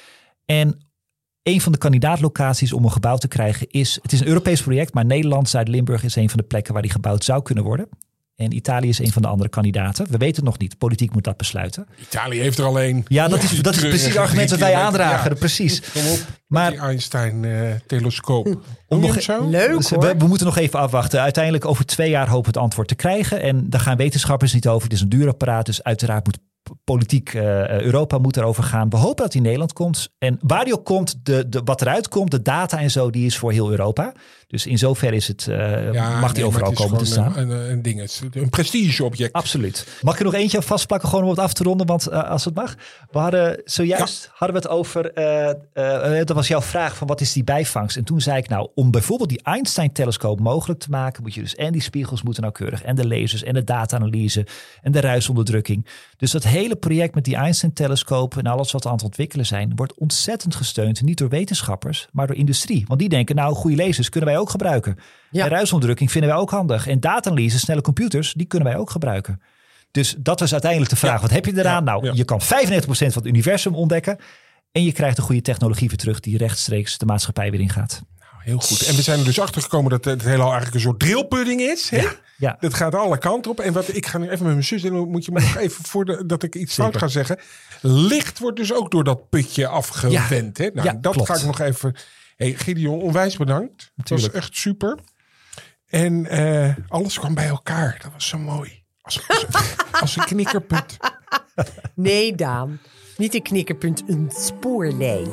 En een van de kandidaatlocaties om een gebouw te krijgen is, het is een Europees project, maar Nederland, Zuid-Limburg is een van de plekken waar die gebouwd zou kunnen worden. En Italië is een van de andere kandidaten. We weten het nog niet. Politiek moet dat besluiten. Italië heeft er alleen. Ja, dat is, dat is precies het argument dat wij aandragen. Ja. Precies. Kom op, maar die Einstein-telescoop. Uh, om nog, zo? Leuk dus, hoor. We, we moeten nog even afwachten. Uiteindelijk over twee jaar hopen we het antwoord te krijgen. En daar gaan wetenschappers niet over. Het is een duur apparaat. Dus uiteraard moet politiek uh, Europa moet erover gaan. We hopen dat hij in Nederland komt. En waar die ook komt, de, de, wat eruit komt, de data en zo, die is voor heel Europa. Dus in zoverre is het, uh, ja, mag die nee, overal komen te staan. Een, een, een ding, een prestigeobject. Absoluut. Mag ik er nog eentje vastplakken, gewoon om het af te ronden, want uh, als het mag. We hadden zojuist ja. hadden we het over, uh, uh, dat was jouw vraag van wat is die bijvangst? En toen zei ik nou, om bijvoorbeeld die Einstein-telescoop mogelijk te maken, moet je dus en die spiegels moeten nauwkeurig, en de lasers, en de data-analyse, en de ruisonderdrukking. Dus dat hele project met die Einstein-telescoop en alles wat we aan het ontwikkelen zijn, wordt ontzettend gesteund, niet door wetenschappers, maar door industrie. Want die denken, nou, goede lasers kunnen wij ook gebruiken. Ja. En ruisonderdrukking vinden wij ook handig. En data-analyse, snelle computers, die kunnen wij ook gebruiken. Dus dat was uiteindelijk de vraag. Ja. Wat heb je eraan? Ja. Nou, ja. je kan vijfennegentig procent van het universum ontdekken. En je krijgt een goede technologie weer terug die rechtstreeks de maatschappij weer ingaat. Nou, heel goed. En we zijn er dus achter gekomen dat het heelal eigenlijk een soort drillpudding is. Hè? Ja. Ja. Dat gaat alle kanten op. En wat ik ga nu even met mijn zus, dan moet je me nog even voordat ik iets fout ga zeggen. Licht wordt dus ook door dat putje afgewend. Ja. Hè? Nou, ja, dat klopt. ga ik nog even. Hey, Gideon, onwijs bedankt. Het was echt super. En uh, alles kwam bij elkaar. Dat was zo mooi. Als, als, als een knikkerpunt. Nee, Daan. Niet een knikkerpunt, een spoorlijn.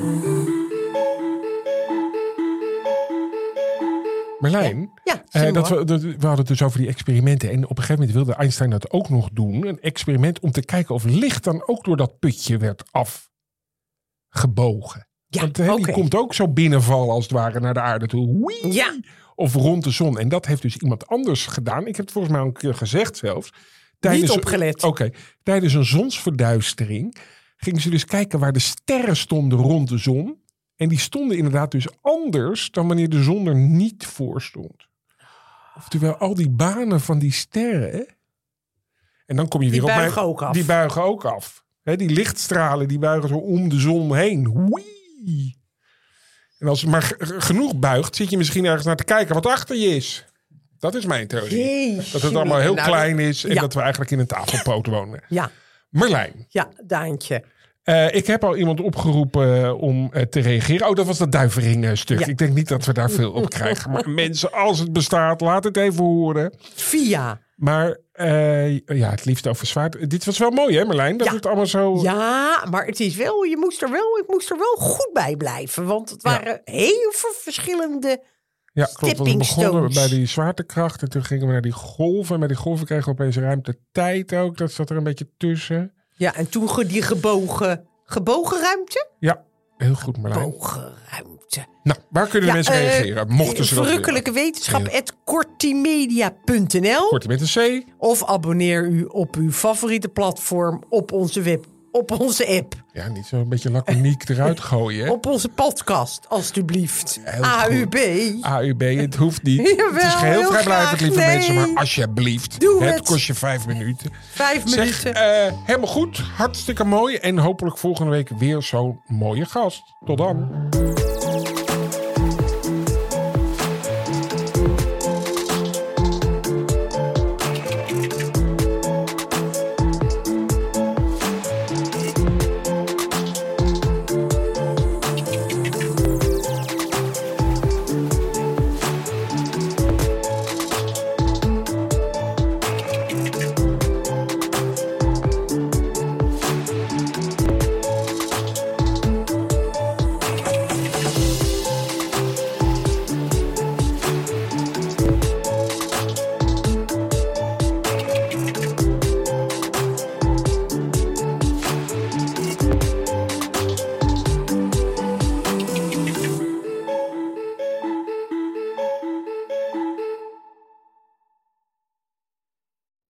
Marlijn, ja, ja, uh, dat we, dat, we hadden het dus over die experimenten. En op een gegeven moment wilde Einstein dat ook nog doen. Een experiment om te kijken of licht dan ook door dat putje werd afgebogen. Ja, Want he, okay. die komt ook zo binnenvallen als het ware naar de aarde toe. Wee! Ja. Of rond de zon. En dat heeft dus iemand anders gedaan. Ik heb het volgens mij al een keer gezegd zelfs. Tijdens, Niet opgelet. Oké. Okay, tijdens een zonsverduistering gingen ze dus kijken waar de sterren stonden rond de zon. En die stonden inderdaad dus anders dan wanneer de zon er niet voor stond. Oftewel al die banen van die sterren. En dan kom je die weer op buigen mijn, ook af. Die buigen ook af. He, die lichtstralen die buigen zo om de zon heen. Wee! En als het maar g- genoeg buigt, zit je misschien ergens naar te kijken wat achter je is. Dat is mijn theorie. Jezus. Dat het allemaal heel nou, klein is en ja. dat we eigenlijk in een tafelpoot wonen. Ja. Marlijn. Ja, Daantje. Uh, ik heb al iemand opgeroepen uh, om uh, te reageren. Oh, dat was dat duivering uh, stuk. Ja. Ik denk niet dat we daar veel op krijgen. Maar mensen, als het bestaat, laat het even horen. Via. Maar uh, ja, het liefst over zwaard. Dit was wel mooi, hè Marlijn? Dat ja. het allemaal zo... Ja, maar het is wel, je moest er wel, ik moest er wel goed bij blijven. Want het waren ja. heel veel verschillende ja, klopt. We begonnen stones. bij die zwaartekracht. En toen gingen we naar die golven. En bij die golven kregen we opeens ruimte tijd ook. Dat zat er een beetje tussen. Ja, en toen die gebogen, gebogen ruimte? Ja, heel goed Marlijn. Gebogen ruimte. Nou, waar kunnen de ja, mensen uh, reageren? Mochten ze dat Verrukkelijke wetenschap at kortimedia punt n l Kortie met een C. Of abonneer u op uw favoriete platform op onze web, op onze app. Ja, niet zo een beetje laconiek eruit gooien. Hè? Op onze podcast, alsjeblieft. Heel A U B. Goed. A U B, het hoeft niet. Jawel, het is geheel vrijblijvend, lieve nee. mensen. Maar alsjeblieft, Doe het het. kost je vijf minuten. Vijf zeg, minuten. Uh, helemaal goed, hartstikke mooi. En hopelijk volgende week weer zo'n mooie gast. Tot dan.